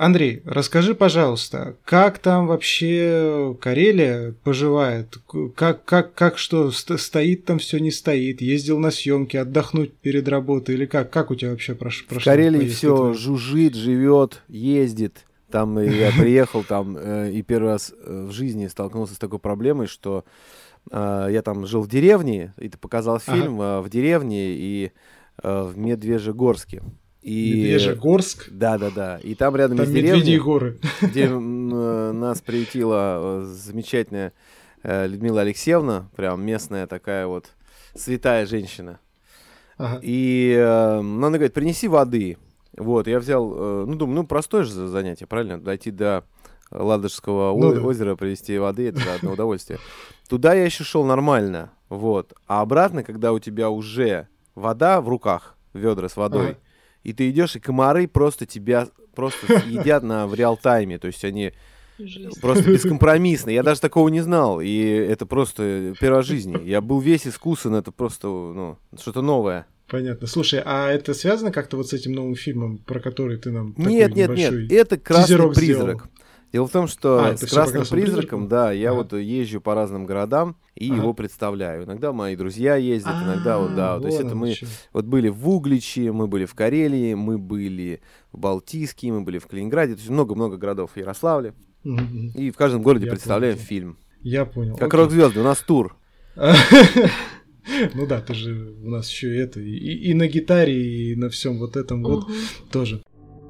Андрей, расскажи, пожалуйста, как там вообще Карелия поживает? Как что, стоит там все, не стоит? Ездил на съемки, отдохнуть перед работой или как? Как у тебя вообще прошло? В Карелии все жужжит, живет, ездит. Там я приехал там и первый раз в жизни столкнулся с такой проблемой, что я там жил в деревне, и ты показал фильм в деревне и в Медвежьегорске. Медвежьегорск? Да. И там рядом там есть деревня, горы. где нас приютила замечательная Людмила Алексеевна, прям местная такая вот святая женщина. И она говорит, принеси воды. Вот, я взял, думаю, простое же занятие, правильно? Дойти до Ладожского озера, привезти воды, это одно удовольствие. Туда я еще шел нормально, вот. А обратно, когда у тебя уже вода в руках, ведра с водой, и ты идешь, и комары тебя едят в реал-тайме. То есть они просто бескомпромиссные. Я даже такого не знал. И это просто первая в жизни. Я был весь искусан, это просто что-то новое. Понятно. Слушай, а это связано как-то вот с этим новым фильмом, про который ты нам Нет, это «Красный призрак». Дело в том, что с «Красным призраком», да, я вот езжу по разным городам и его представляю. Иногда мои друзья ездят, иногда то есть это мы вот были в Угличе, мы были в Карелии, мы были в Балтийске, мы были в Калининграде, то есть много-много городов в Ярославле. И в каждом городе представляем фильм. Я понял. Как рок-звезды, у нас тур. Ну да, ты же у нас еще и на гитаре, и на всем вот этом вот тоже.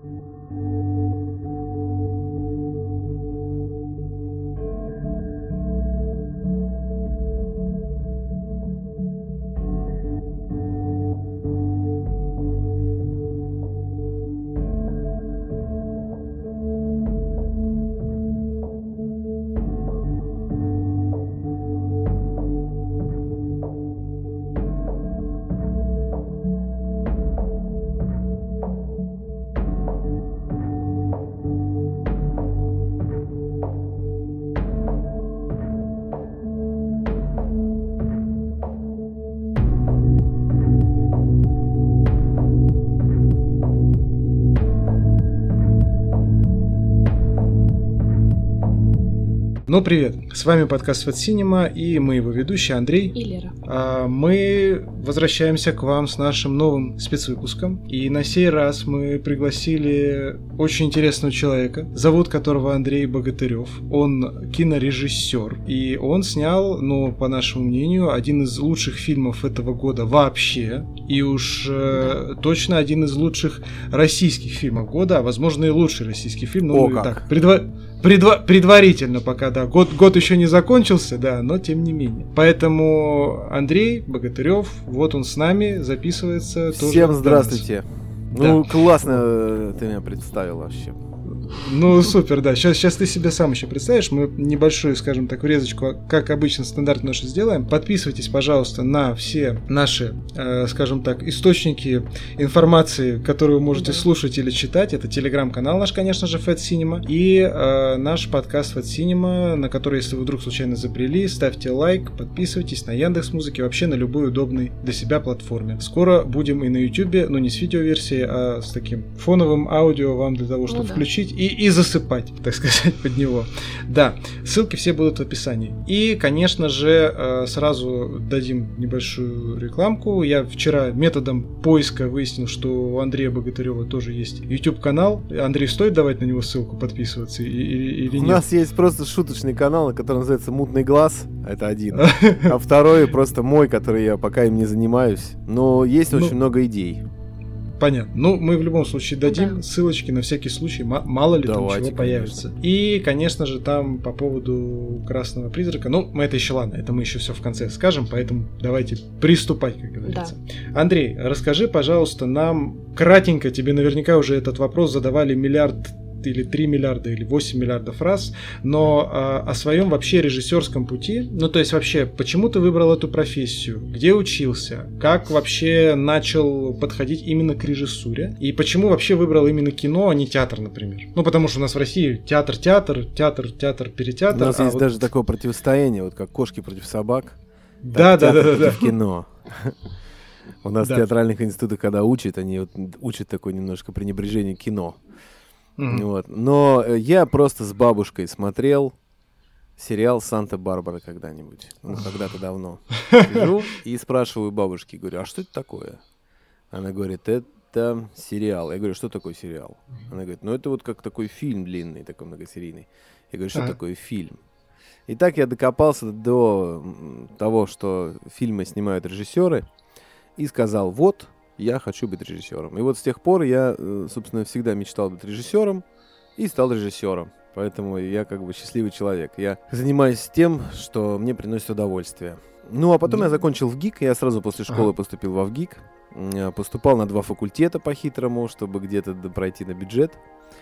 Ну, привет! С вами подкаст Fat Cinema и мы его ведущие Андрей и Лера. Мы возвращаемся к вам с нашим новым спецвыпуском. И на сей раз мы пригласили очень интересного человека, зовут которого Андрей Богатырев. Он кинорежиссер. И он снял, по нашему мнению, один из лучших фильмов этого года вообще. И уж точно один из лучших российских фильмов года, а возможно и лучший российский фильм. Предварительно пока, да. Год еще не закончился, да, но тем не менее. Поэтому Андрей Богатырев, вот он с нами, записывается. Всем здравствуйте. Классно ты меня представил вообще. Супер, да. Сейчас ты себя сам еще представишь. Мы небольшую, скажем так, врезочку, как обычно, стандартно нашу сделаем. Подписывайтесь, пожалуйста, на все наши, скажем так, источники информации, которые вы можете слушать или читать. Это телеграм-канал наш, конечно же, Fat Cinema. И наш подкаст Fat Cinema, на который, если вы вдруг случайно забрели, ставьте лайк, подписывайтесь на Яндекс.Музыке, вообще на любой удобной для себя платформе. Скоро будем и на Ютубе, но не с видеоверсией, а с таким фоновым аудио вам для того, чтобы включить и засыпать, так сказать, под него. Да, ссылки все будут в описании. И, конечно же, сразу дадим небольшую рекламку. Я вчера методом поиска выяснил, что у Андрея Богатырева тоже есть YouTube-канал. Андрей, стоит давать на него ссылку, подписываться или нет? У нас есть просто шуточный канал, который называется «Мутный глаз». Это один. А второй просто мой, который я пока им не занимаюсь. Но есть очень много идей. Понятно. Мы в любом случае дадим ссылочки на всякий случай, мало ли там чего появится. Конечно. И, конечно же, там по поводу «Красного призрака», мы это еще ладно, это мы еще все в конце скажем, поэтому давайте приступать, как говорится. Да. Андрей, расскажи, пожалуйста, нам кратенько, тебе наверняка уже этот вопрос задавали миллиард или 3 миллиарда, или 8 миллиардов раз, но о своем вообще режиссерском пути, то есть вообще, почему ты выбрал эту профессию, где учился, как вообще начал подходить именно к режиссуре, и почему вообще выбрал именно кино, а не театр, например. Потому что у нас в России театр, перетеатр. У нас есть даже такое противостояние, вот как кошки против собак. Да. Против кино. У нас в театральных институтах, когда учат, они учат такое немножко пренебрежение к кино. Вот. Но я просто с бабушкой смотрел сериал «Санта-Барбара» когда-нибудь. Когда-то давно. Сижу и спрашиваю бабушки, говорю, а что это такое? Она говорит, это сериал. Я говорю, что такое сериал? Она говорит, ну это вот как такой фильм длинный, такой многосерийный. Я говорю, что такое фильм? И так я докопался до того, что фильмы снимают режиссеры, и сказал, вот, я хочу быть режиссером. И вот с тех пор я, собственно, всегда мечтал быть режиссером и стал режиссером. Поэтому я как бы счастливый человек. Я занимаюсь тем, что мне приносит удовольствие. Ну, а потом я закончил ВГИК, я сразу после школы поступил во ВГИК. Поступал на 2 факультета по-хитрому, чтобы где-то пройти на бюджет.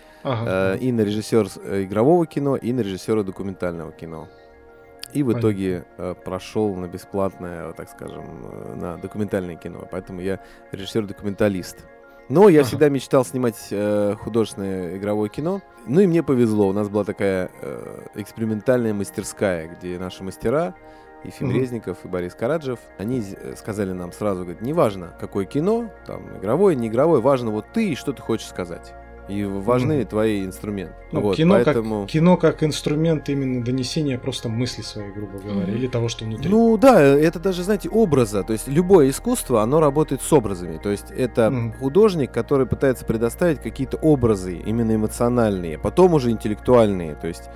И на режиссер игрового кино, и на режиссера документального кино. И в итоге прошел на бесплатное, так скажем, на документальное кино. Поэтому я режиссер-документалист. Но я всегда мечтал снимать художественное игровое кино. Ну и мне повезло. У нас была такая экспериментальная мастерская, где наши мастера, Ефим Резников и Борис Караджев, они сказали нам сразу, говорят, неважно, какое кино, там, игровое, не игровое, важно вот ты и что ты хочешь сказать. И важны твои инструменты. Ну, вот, кино как инструмент именно донесения просто мысли своей, грубо говоря, или того, что внутри. Ну да, это даже, знаете, образа. То есть любое искусство, оно работает с образами. То есть это художник, который пытается предоставить какие-то образы, именно эмоциональные, потом уже интеллектуальные, то есть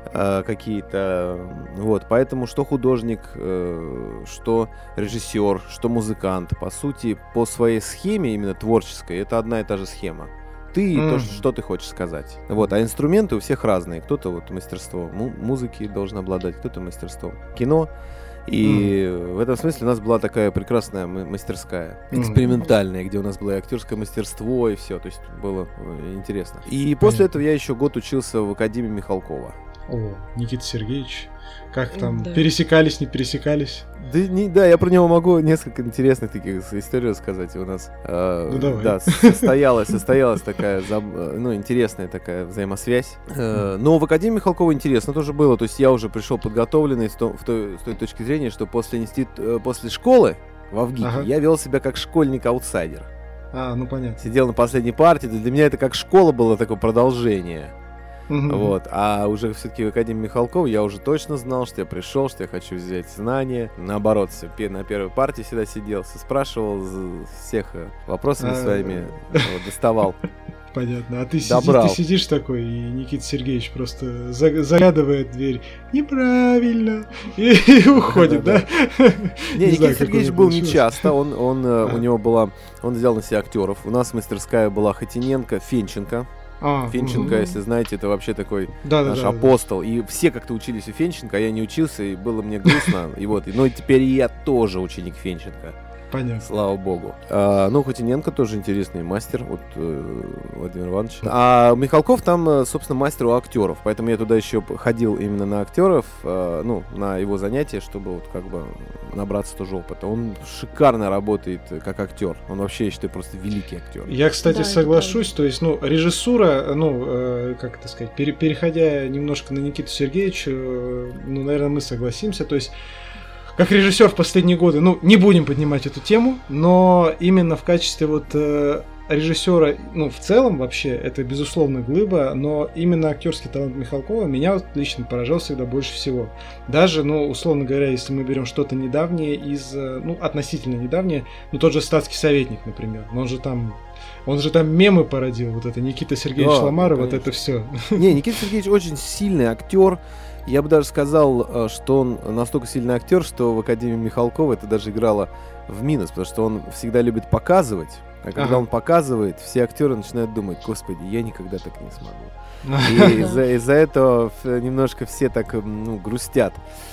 какие-то... Вот, поэтому что художник, что режиссер, что музыкант, по сути, по своей схеме именно творческой, это одна и та же схема. Ты то, что ты хочешь сказать. Вот, а инструменты у всех разные. Кто-то вот мастерство музыки должен обладать, кто-то мастерство кино. И в этом смысле у нас была такая прекрасная мастерская, экспериментальная, где у нас было и актерское мастерство, и все. То есть было интересно. И после этого я еще год учился в Академии Михалкова. О, Никита Сергеевич. Как там, пересекались, не пересекались? Да, я про него могу несколько интересных таких историй рассказать. У нас да, состоялась такая интересная такая взаимосвязь. Но в Академии Михалкова интересно тоже было. То есть я уже пришел подготовленный с той точки зрения, что после школы во ВГИКе я вел себя как школьник-аутсайдер. Ну понятно. Сидел на последней партии. Для меня это как школа было такое продолжение. Вот. А уже все-таки в Академии Михалкова я уже точно знал, что я пришел, что я хочу взять знания. Наоборот, на первой партии всегда сидел, спрашивал всех вопросами своими, доставал. Понятно. А ты сидишь такой, и Никита Сергеевич просто заглядывает в дверь. Неправильно. И уходит, да? Не, Никита Сергеевич был нечасто. У него была... Он взял на себя актеров. У нас мастерская была Хотиненко, Фенченко. Фенченко, если знаете, это вообще такой наш апостол. И все как-то учились у Фенченко, а я не учился, и было мне грустно. Но теперь я тоже ученик Фенченко. Понятно. Слава богу. Хотиненко тоже интересный мастер, Владимир Иванович. А Михалков там, собственно, мастер у актеров. Поэтому я туда еще ходил именно на актеров, на его занятия, чтобы вот как бы набраться тоже опыта. Он шикарно работает как актер. Он вообще, я считаю, просто великий актер. Я, кстати, соглашусь. То есть, режиссура, как это сказать, переходя немножко на Никиту Сергеевича, наверное, мы согласимся. То есть, как режиссер в последние годы, не будем поднимать эту тему, но именно в качестве режиссера, в целом вообще, это безусловно глыба, но именно актерский талант Михалкова меня лично поражал всегда больше всего. Даже, условно говоря, если мы берем что-то недавнее относительно недавнее, тот же «Статский советник», например, он же там мемы породил, вот это Никита Сергеевич Ломаров, вот это все. Не, Никита Сергеевич очень сильный актер. Я бы даже сказал, что он настолько сильный актер, что в Академии Михалкова это даже играло в минус, потому что он всегда любит показывать, а когда он показывает, все актеры начинают думать: господи, я никогда так не смогу. И из-за этого немножко все так грустят.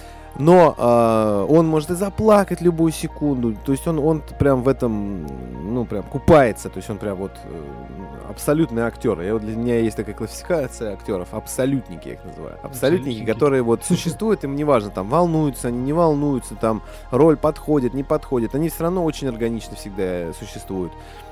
Но он может и заплакать любую секунду. То есть он прям в этом, прям купается. То есть он прям абсолютный актер. Для меня есть такая классификация актеров. Абсолютники я их называю. Абсолютники, которые существуют, им неважно, там волнуются они, не волнуются, там роль подходит, не подходит. Они все равно очень органично всегда существуют.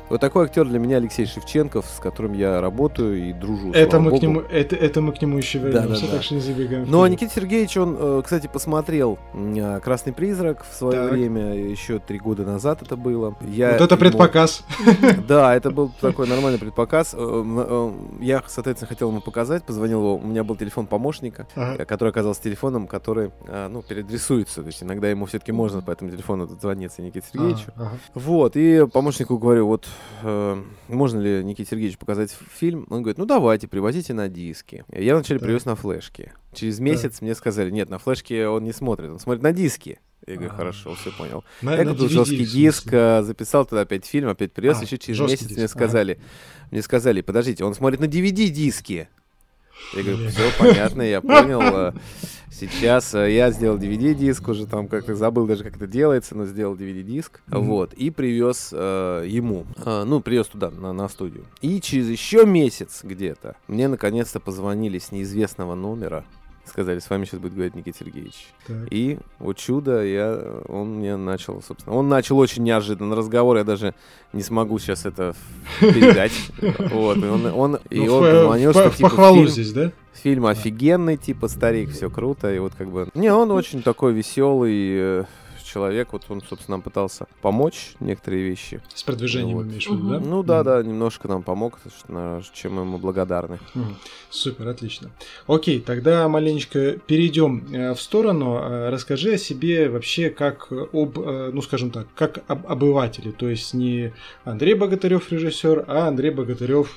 Вот такой актер для меня Алексей Шевченков, с которым я работаю и дружу. Это мы к нему еще вернемся, так что не забегаем. Но Никита Сергеевич, он, кстати, посмотрел «Красный призрак» в свое время, еще 3 года назад это было. Вот это предпоказ. Да, это был такой нормальный предпоказ. Я, соответственно, хотел ему показать, позвонил его, у меня был телефон помощника, который оказался телефоном, который, переадресуется. То есть иногда ему все-таки можно по этому телефону дозвониться Никите Сергеевичу. Вот, и помощнику говорю, вот можно ли Никите Сергеевичу показать фильм? Он говорит, давайте, привозите на диски. Я вначале привез на флешке. Через месяц мне сказали, нет, на флешке он не смотрит, он смотрит на диски. Я говорю, хорошо, все понял. Я купил жесткий диск, записал туда опять фильм, опять привез. Еще через месяц мне сказали, подождите, он смотрит на DVD-диски. Я говорю, все понятно, я понял. Сейчас я сделал DVD-диск, уже там как-то забыл даже, как это делается, но сделал DVD-диск, вот, и привез ему, привез туда, на студию. И через еще месяц где-то мне наконец-то позвонили с неизвестного номера, сказали, с вами сейчас будет говорить Никита Сергеевич. Так. И вот чудо, он мне начал, собственно, он начал очень неожиданно разговор, я даже не смогу сейчас это передать. Вот, и он позвонил, что типа похвалу здесь, да? Фильм офигенный, типа старик, все круто, и вот как бы... он очень такой веселый человек, вот он, собственно, нам пытался помочь некоторые вещи. С продвижением имеешь в виду, да? Да, немножко нам помог, чем мы ему благодарны. Супер, отлично. Окей, тогда маленечко перейдем в сторону. Расскажи о себе вообще как как об обывателе, то есть не Андрей Богатырев режиссер, а Андрей Богатырев.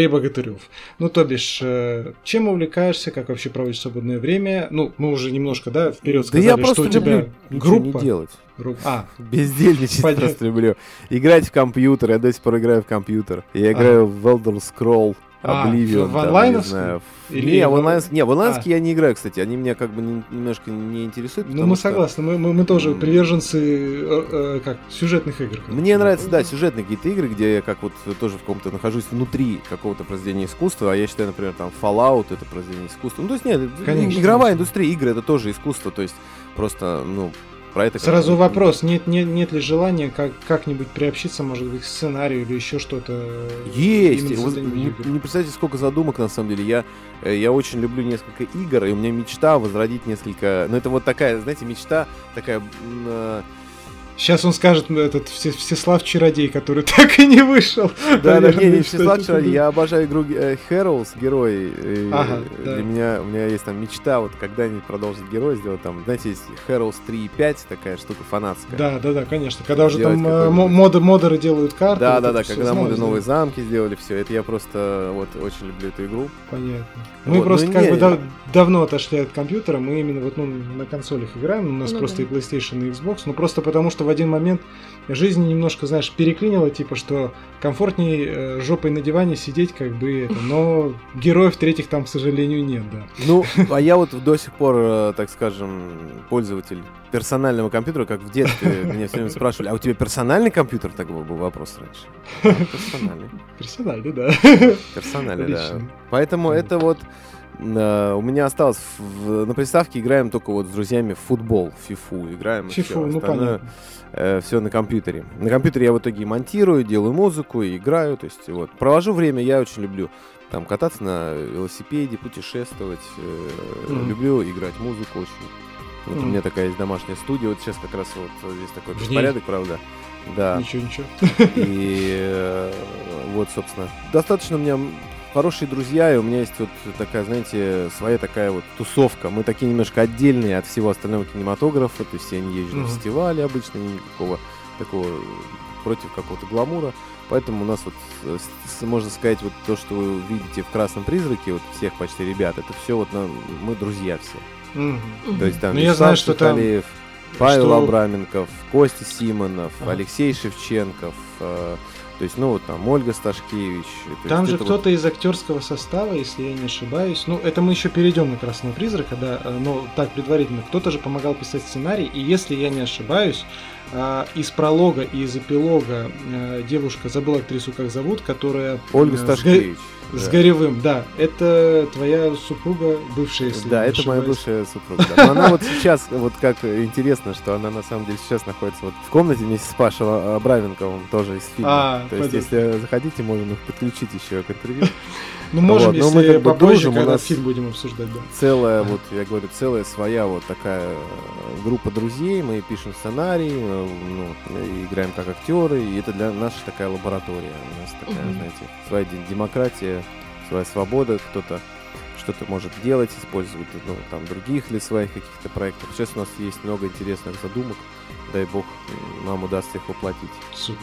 То бишь, чем увлекаешься, как вообще проводишь свободное время? Мы уже немножко, вперед сказали, что у тебя группа. Не делать. Бездельничать просто люблю. Играть в компьютер, я до сих пор играю в компьютер. Я играю в Elder Scroll, Oblivion. В онлайновском? В онлайновский я не играю, кстати. Они меня как бы немножко не интересуют. Мы согласны, мы тоже приверженцы сюжетных игр. Мне нравятся, сюжетные какие-то игры, где я как вот тоже в каком-то нахожусь внутри какого-то произведения искусства, а я считаю, например, там Fallout — это произведение искусства. То есть нет, конечно, игровая индустрия, игры — это тоже искусство, то есть просто, про это... Сразу вопрос, нет ли желания как-нибудь приобщиться, может быть, к сценарию или еще что-то? Есть! Вы не представляете, сколько задумок, на самом деле. Я очень люблю несколько игр, и у меня мечта возродить несколько... это вот такая, знаете, мечта такая... Сейчас он скажет, Всеслав Чародей, который так и не вышел. Не Всеслав Чародей, я обожаю игру Heroes, Герой. Для меня, у меня есть там мечта, вот когда-нибудь продолжить Герой сделать, там, знаете, есть Heroes 3.5, такая штука фанатская. Да, конечно, когда уже там модеры делают карты. Да, когда моды новые замки сделали, все, это я просто вот очень люблю эту игру. Понятно. Мы просто давно отошли от компьютера, мы именно на консолях играем, у нас просто и PlayStation, и Xbox, просто потому что в один момент жизнь немножко, переклинила, типа, что комфортнее жопой на диване сидеть, но героев третьих там, к сожалению, нет, да. А я вот до сих пор, так скажем, пользователь персонального компьютера, как в детстве меня все время спрашивали, а у тебя персональный компьютер? Такой был вопрос раньше. Персональный. Персональный, да. Персональный, да. Поэтому это вот... У меня осталось на приставке играем только вот с друзьями в футбол, в фифу играем. Фифу, понятно. Все на компьютере. На компьютере я в итоге монтирую, делаю музыку и играю. То есть вот провожу время, я очень люблю там кататься на велосипеде, путешествовать. Люблю играть музыку очень. Вот у меня такая есть домашняя студия. Вот сейчас как раз вот здесь такой беспорядок, правда. Да. Ничего. И вот, собственно, достаточно у меня хорошие друзья, и у меня есть вот такая, знаете, своя такая вот тусовка. Мы такие немножко отдельные от всего остального кинематографа, то есть я не езжу на фестивали обычно, никакого такого против какого-то гламура. Поэтому у нас вот, можно сказать, вот то, что вы видите в «Красном призраке», вот всех почти ребят, это все вот мы друзья все. То есть там Вячеслав Шаталеев, Павел Абраменков, Костя Симонов, Алексей Шевченков, то есть, там Ольга Сташкевич. Там же кто-то из актерского состава, если я не ошибаюсь. Это мы еще перейдем на «Красного призрака», да, но так предварительно. Кто-то же помогал писать сценарий, и если я не ошибаюсь, из пролога и из эпилога девушка, забыла актрису как зовут, которая... Ольга Сташкевич. С Горевым, да. Это твоя супруга, бывшая, если да, это моя бывшая супруга. Да. Но она вот сейчас, вот как интересно, что она на самом деле сейчас находится вот в комнате вместе с Пашей Абраменковым, тоже из фильма. То есть, если захотите, можем их подключить еще к интервью. Ну, можем, если мы как бы попозже, когда фильм будем обсуждать, да. Целая, вот, я говорю, целая своя вот такая группа друзей, мы пишем сценарий, играем как актеры, и это для нас такая лаборатория. У нас такая, знаете, своя демократия, своя свобода, кто-то что-то может делать, использовать там других для своих каких-то проектов. Сейчас у нас есть много интересных задумок, дай бог нам удастся их воплотить. Супер.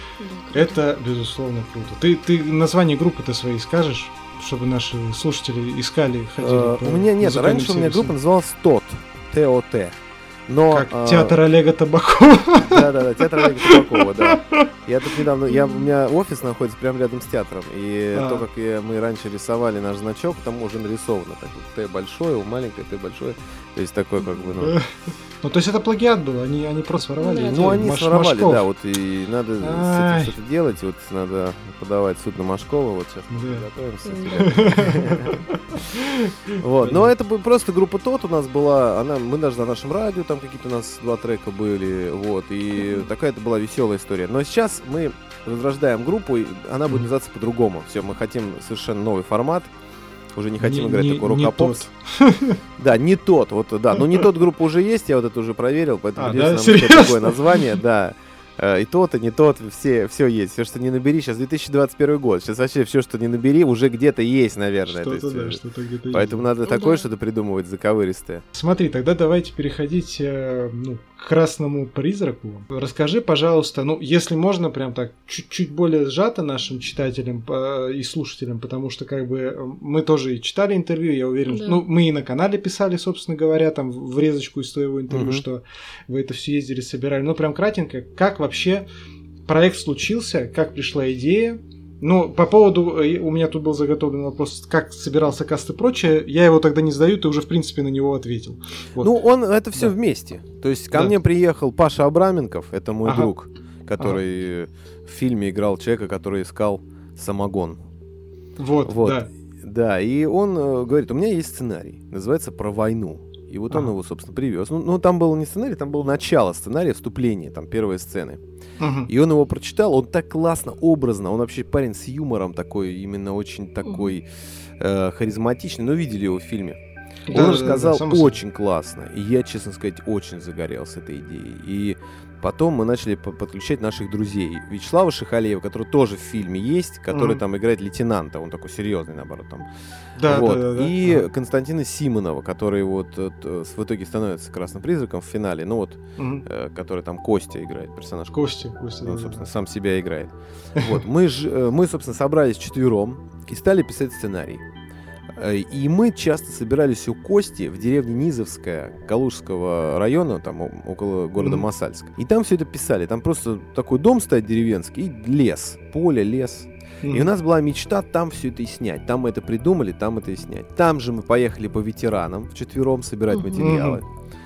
Это, безусловно, круто. Ты название группы-то своей скажешь, чтобы наши слушатели искали, ходили? У меня нет, раньше у меня группа называлась ТОТ, Т-О-Т. Но, как театр Олега Табакова. Да, театр Олега Табакова, да. Я тут недавно, у меня офис находится прямо рядом с театром, и то, как мы раньше рисовали наш значок, там уже нарисовано, так вот, Т большое, у маленькое Т большое, то есть такой как бы, Ну, то есть это плагиат был, они просто своровали. Ну, они своровали, да, вот, и надо с этим что-то делать, вот надо подавать в суд на Машкова, вот сейчас мы готовимся. Вот, но это просто группа ТОТ у нас была, мы даже на нашем радио, там какие-то у нас 2 трека были, вот, и такая-то была веселая история. Но сейчас мы возрождаем группу, и она будет называться по-другому. Все, мы хотим совершенно новый формат. Уже не хотим играть такой рок-попс. Да, не тот, вот, да. Но не тот группа уже есть, я вот это уже проверил, поэтому надеюсь, нам такое название, да. И тот, и не тот, все есть. Все, что не набери, сейчас 2021 год. Сейчас вообще все, что не набери, уже где-то есть, наверное. Что-то, да, что-то где-то есть. Поэтому надо такое что-то придумывать заковыристое. Смотри, тогда давайте переходить к красному призраку. Расскажи, пожалуйста, если можно, прям так чуть-чуть более сжато нашим читателям и слушателям, потому что как бы мы тоже и читали интервью, я уверен, да. Мы и на канале писали, собственно говоря, там врезочку из твоего интервью, что вы это все ездили, собирали. Ну, прям кратенько, как вообще проект случился, как пришла идея. По поводу, у меня тут был заготовлен вопрос, как собирался каст и прочее, я его тогда не задаю, ты уже в принципе на него ответил. Вот. Это все вместе. То есть ко мне приехал Паша Абраменков, это мой друг, который в фильме играл человека, который искал самогон. Вот. Да. Да, и он говорит, у меня есть сценарий, называется «Про войну». И вот он его, собственно, привез. Там был не сценарий, там было начало сценария, вступление, там первые сцены. И он его прочитал, он так классно, образно, он вообще парень с юмором такой, именно очень такой харизматичный, но видели его в фильме. Он рассказал очень классно, и я, честно сказать, очень загорелся этой идеей. И потом мы начали подключать наших друзей. Вячеслава Шихалеева, который тоже в фильме есть, который там играет лейтенанта, он такой серьезный, наоборот, там. Да. И Константина Симонова, который в итоге становится красным призраком в финале, который там Костя играет, персонаж. Костя. Он, собственно, сам себя играет. Вот. Мы, собственно, собрались вчетвером и стали писать сценарий. И мы часто собирались у Кости в деревне Низовская Калужского района, там около города Мосальск. И там все это писали. Там просто такой дом стоит деревенский и лес, поле, лес. И у нас была мечта там все это и снять. Там мы это придумали, там это и снять. Там же мы поехали по ветеранам вчетвером собирать материалы.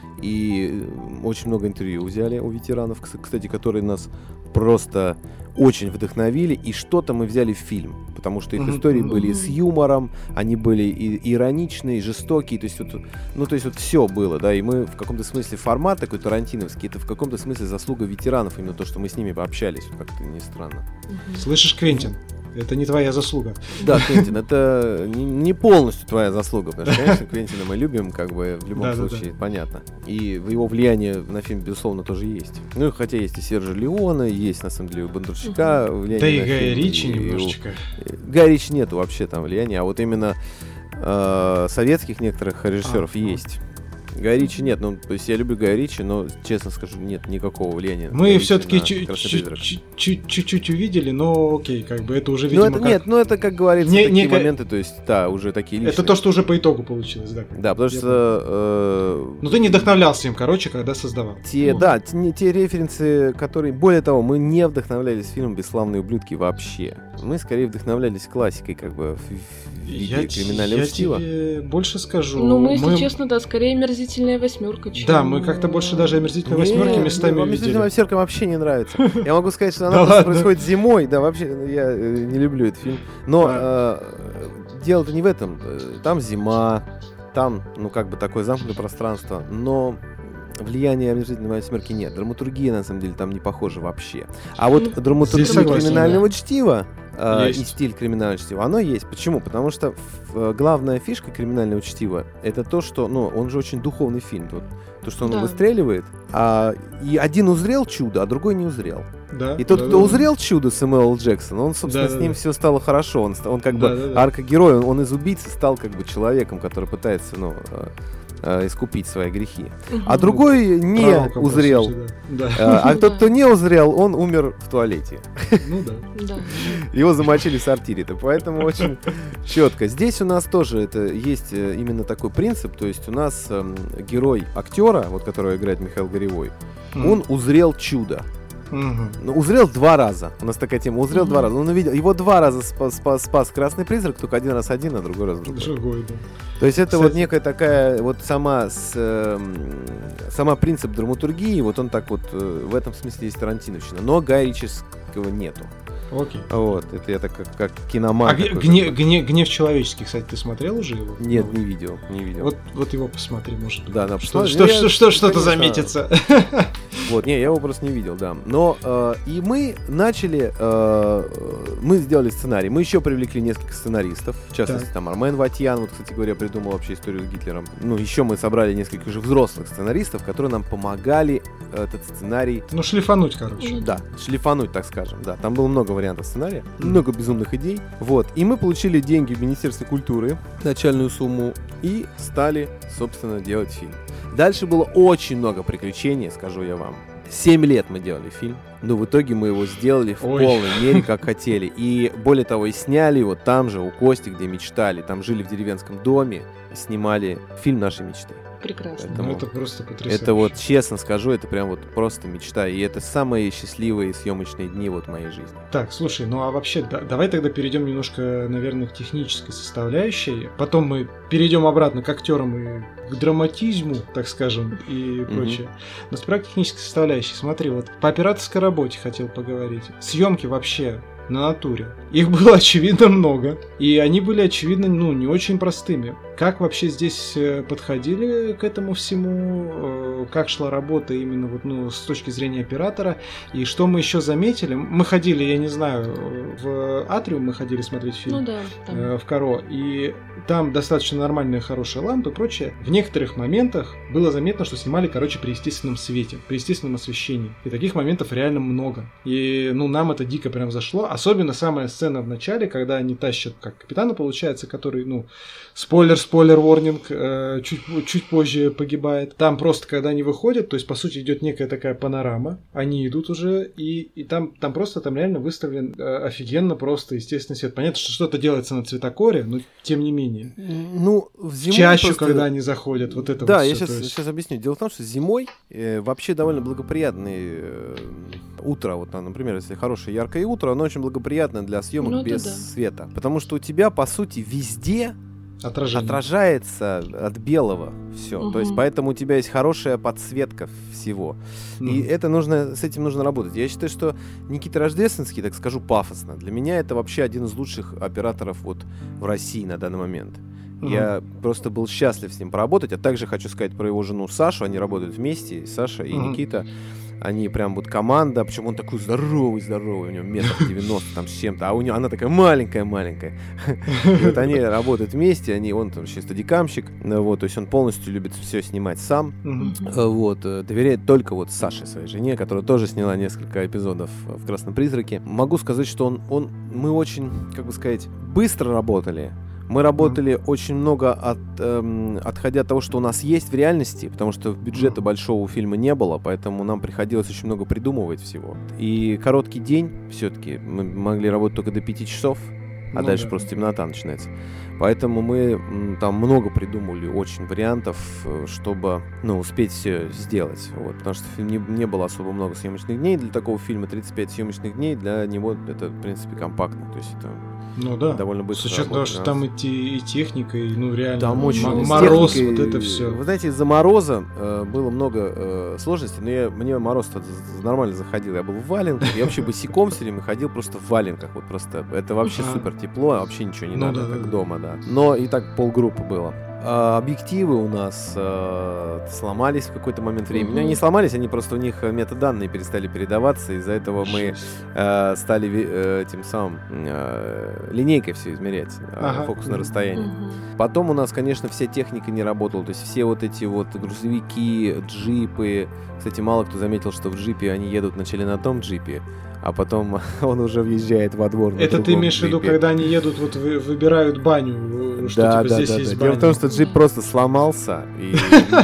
И очень много интервью взяли у ветеранов, кстати, которые нас просто очень вдохновили. И что-то мы взяли в фильм, потому что их истории были с юмором, они были и ироничные, и жестокие. То есть все было, да. И мы в каком-то смысле формат такой тарантиновский, это в каком-то смысле заслуга ветеранов, именно то, что мы с ними пообщались, как-то не странно. Слышишь, Квентин? Это не твоя заслуга. Да, Квентин, это не полностью твоя заслуга, потому что, конечно, Квентина мы любим, как бы, в любом случае, понятно. И его влияние на фильм, безусловно, тоже есть. Хотя есть и Сержа Леона, есть, на самом деле, у Бондарчука влияние. Да и Гая Ричи немножечко. Гая Ричи нету вообще там влияния, а вот именно советских некоторых режиссеров есть. Гая Ричи нет, то есть я люблю Гая Ричи, но, честно скажу, нет никакого влияния. Мы все-таки чуть-чуть увидели, но окей, как бы это уже, видимо, это, как говорится, такие моменты, то есть, да, уже такие личные. Это то, что уже по итогу получилось, да. Да, потому что... ты не вдохновлялся им, когда создавал. Те референсы, которые... Более того, мы не вдохновлялись фильмом «Бесславные ублюдки» вообще. Мы скорее вдохновлялись классикой, как бы, в виде криминального чтива. Я тебе больше скажу. Ну, мы, если честно, да, скорее «Омерзительная восьмерка». Да, мы как-то больше даже «Омерзительной восьмерки» местами видели. «Омерзительная восьмерка» вообще не нравится. Я могу сказать, что она происходит зимой. Да, вообще, я не люблю этот фильм. Но дело-то не в этом. Там зима, там, ну, как бы такое замкнутое пространство, но влияния «Омерзительной восьмерки» нет. Драматургия, на самом деле, там не похожа вообще. А вот драматургия криминального чтива и стиль криминального чтива, оно есть. Почему? Потому что главная фишка криминального чтива — это то, что, ну, он же очень духовный фильм. То, что он выстреливает, и один узрел чудо, а другой не узрел. Да, и тот, кто узрел чудо, Сэмюэл Джексон, он, собственно, с ним все стало хорошо. Он как бы арка-герой, он из убийцы стал как бы человеком, который пытается, ну, искупить свои грехи. А другой не узрел. А тот, кто не узрел, он умер в туалете. Ну да. Его замочили в сортире. Поэтому очень четко. Здесь у нас тоже это есть именно такой принцип. То есть у нас герой актера, вот которого играет Михаил Горевой, он узрел чудо. Ну, узрел 2 раза. У нас такая тема. Узрел 2 раза. Он увидел. Его 2 раза спас красный призрак, только 1 раз один, а другой раз другой. Да. То есть это, кстати, вот некая такая вот сама принцип драматургии, вот он так вот в этом смысле есть тарантиновщина. Но Гая Ричского нету. Окей. Вот, это я так как киноман. А гнев человеческий, кстати, ты смотрел уже его? Нет, не видел. Вот его посмотри, может быть. Да, что-то заметится. Вот, я его просто не видел, да. Но и мы начали, мы сделали сценарий. Мы еще привлекли несколько сценаристов. В частности, там Армен Ватьян, вот, кстати говоря, придумал вообще историю с Гитлером. Ну, еще мы собрали несколько уже взрослых сценаристов, которые нам помогали этот сценарий... Ну, шлифануть, короче. Да, шлифануть, так скажем. Да, там было много вариантов сценария, много безумных идей. Вот, и мы получили деньги в Министерстве культуры, начальную сумму, и стали, собственно, делать фильм. Дальше было очень много приключений, скажу я вам. 7 лет мы делали фильм, но в итоге мы его сделали в полной мере, как хотели. И более того, и сняли его там же, у Кости, где мечтали. Там жили в деревенском доме и снимали фильм нашей мечты. Прекрасно. Поэтому это просто потрясающе. Это вот, честно скажу, это прям вот просто мечта. И это самые счастливые съемочные дни вот в моей жизни. Так, слушай, ну а вообще, давай тогда перейдем немножко, наверное, к технической составляющей. Потом мы перейдем обратно к актерам и к драматизму, так скажем, и прочее. Но сперва к технической составляющей. Смотри, вот по операторской работе хотел поговорить. Съемки вообще на натуре. Их было, очевидно, много. И они были, очевидно, ну, не очень простыми. Как вообще здесь подходили к этому всему? Как шла работа именно вот, ну, с точки зрения оператора? И что мы еще заметили? Мы ходили, я не знаю, в Атриум мы ходили смотреть фильм. Ну да, там. В Каро. И там достаточно нормальные, хорошие лампы и прочее. В некоторых моментах было заметно, что снимали, короче, при естественном свете, при естественном освещении. И таких моментов реально много. И, ну, нам это дико прям зашло. Особенно самая сцена в начале, когда они тащат, как капитана, получается, который, ну, спойлер, ворнинг, чуть позже погибает. Там просто, когда они выходят, то есть, по сути, идет некая такая панорама. Они идут уже, и там реально выставлен офигенно просто естественный свет. Понятно, что что-то делается на цветокоре, но тем не менее. Ну, в чащу, просто... когда они заходят, вот это да, вот. Да, я сейчас объясню. Дело в том, что зимой вообще довольно благоприятные утро. Вот, например, если хорошее яркое утро, оно очень благоприятно для съемок без света. Потому что у тебя, по сути, везде отражается от белого все. То есть поэтому у тебя есть хорошая подсветка всего. И с этим нужно работать. Я считаю, что Никита Рождественский, так скажу пафосно, для меня это вообще один из лучших операторов вот в России на данный момент. Я просто был счастлив с ним поработать. А также хочу сказать про его жену Сашу. Они работают вместе, и Саша и Никита. Они прям вот команда, причем он такой здоровый, у него 1,90 м там с чем-то, а у него она такая маленькая. И вот они работают вместе, он там вообще стадикамщик, вот, то есть он полностью любит все снимать сам, вот, доверяет только вот Саше, своей жене, которая тоже сняла несколько эпизодов в «Красном призраке». Могу сказать, что мы очень, как бы сказать, быстро работали. Мы работали очень много отходя от того, что у нас есть в реальности, потому что бюджета большого у фильма не было, поэтому нам приходилось очень много придумывать всего. И короткий день все-таки, мы могли работать только до 5 часов, а дальше просто темнота начинается. Поэтому мы там много придумали очень вариантов, чтобы успеть все сделать. Вот, потому что не было особо много съемочных дней. Для такого фильма 35 съемочных дней, для него это, в принципе, компактно. То есть это довольно быстро. С учетом того, что там и техника, и реально там очень мороз, вот это все. Вы знаете, из-за мороза было много сложностей, но мне мороз нормально заходил. Я был в валенках, я вообще босиком все время ходил просто в валенках. Вот просто это вообще супер тепло, вообще ничего не надо, как дома, да. Но и так полгруппы было. Объективы у нас сломались в какой-то момент времени. Они не сломались, они просто у них метаданные перестали передаваться. Из-за этого мы стали тем самым линейкой все измерять, фокус на расстоянии. Потом у нас, конечно, вся техника не работала. То есть все вот эти вот грузовики, джипы. Кстати, мало кто заметил, что в джипе они едут вначале на том джипе, а потом он уже въезжает во двор. Это ты имеешь в виду, когда они едут, вот выбирают баню, что здесь есть баня? Дело в том, что джип просто сломался и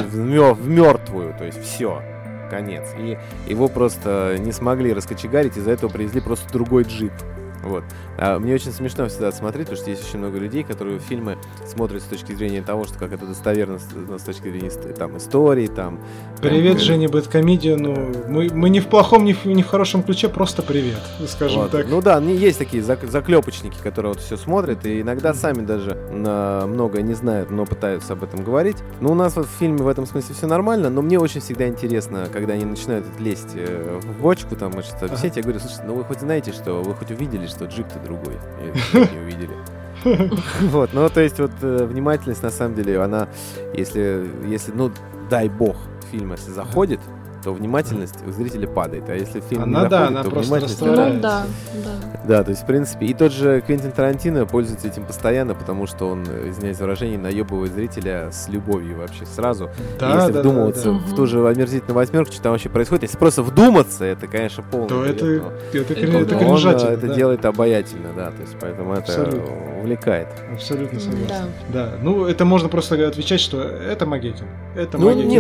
в мертвую, то есть все, конец. И его просто не смогли раскочегарить, из-за этого привезли просто другой джип. Вот. Мне очень смешно всегда смотреть, потому что есть очень много людей, которые фильмы смотрят с точки зрения того, что как это достоверно с точки зрения там, истории. Там, привет, Женя, Бэдкомедиану. Мы не в плохом, не в хорошем ключе, просто привет, скажем так. Ну да, есть такие заклепочники, которые вот все смотрят, и иногда сами даже многое не знают, но пытаются об этом говорить. Но у нас вот в фильме в этом смысле все нормально, но мне очень всегда интересно, когда они начинают лезть в бочку, там, и что-то объяснять, я говорю, слушайте, вы хоть знаете, что вы хоть увидели, что джип-то другой, и не увидели. Вот, то есть вот внимательность, на самом деле, она, если, дай бог, фильм, если заходит, то внимательность у зрителя падает, а если фильм не заходит, то внимательность растворяется. Да, то есть, в принципе, и тот же Квентин Тарантино пользуется этим постоянно, потому что он, извиняюсь за выражение, наебывает зрителя с любовью вообще сразу. Если вдумываться в ту же «Омерзительную восьмерку», что там вообще происходит, если просто вдуматься, это, конечно, полный то бред, это кринжательно. Это делает обаятельно, да, то есть, поэтому это увлекает. Абсолютно согласен. Да, это можно просто отвечать, что это магия кино. Это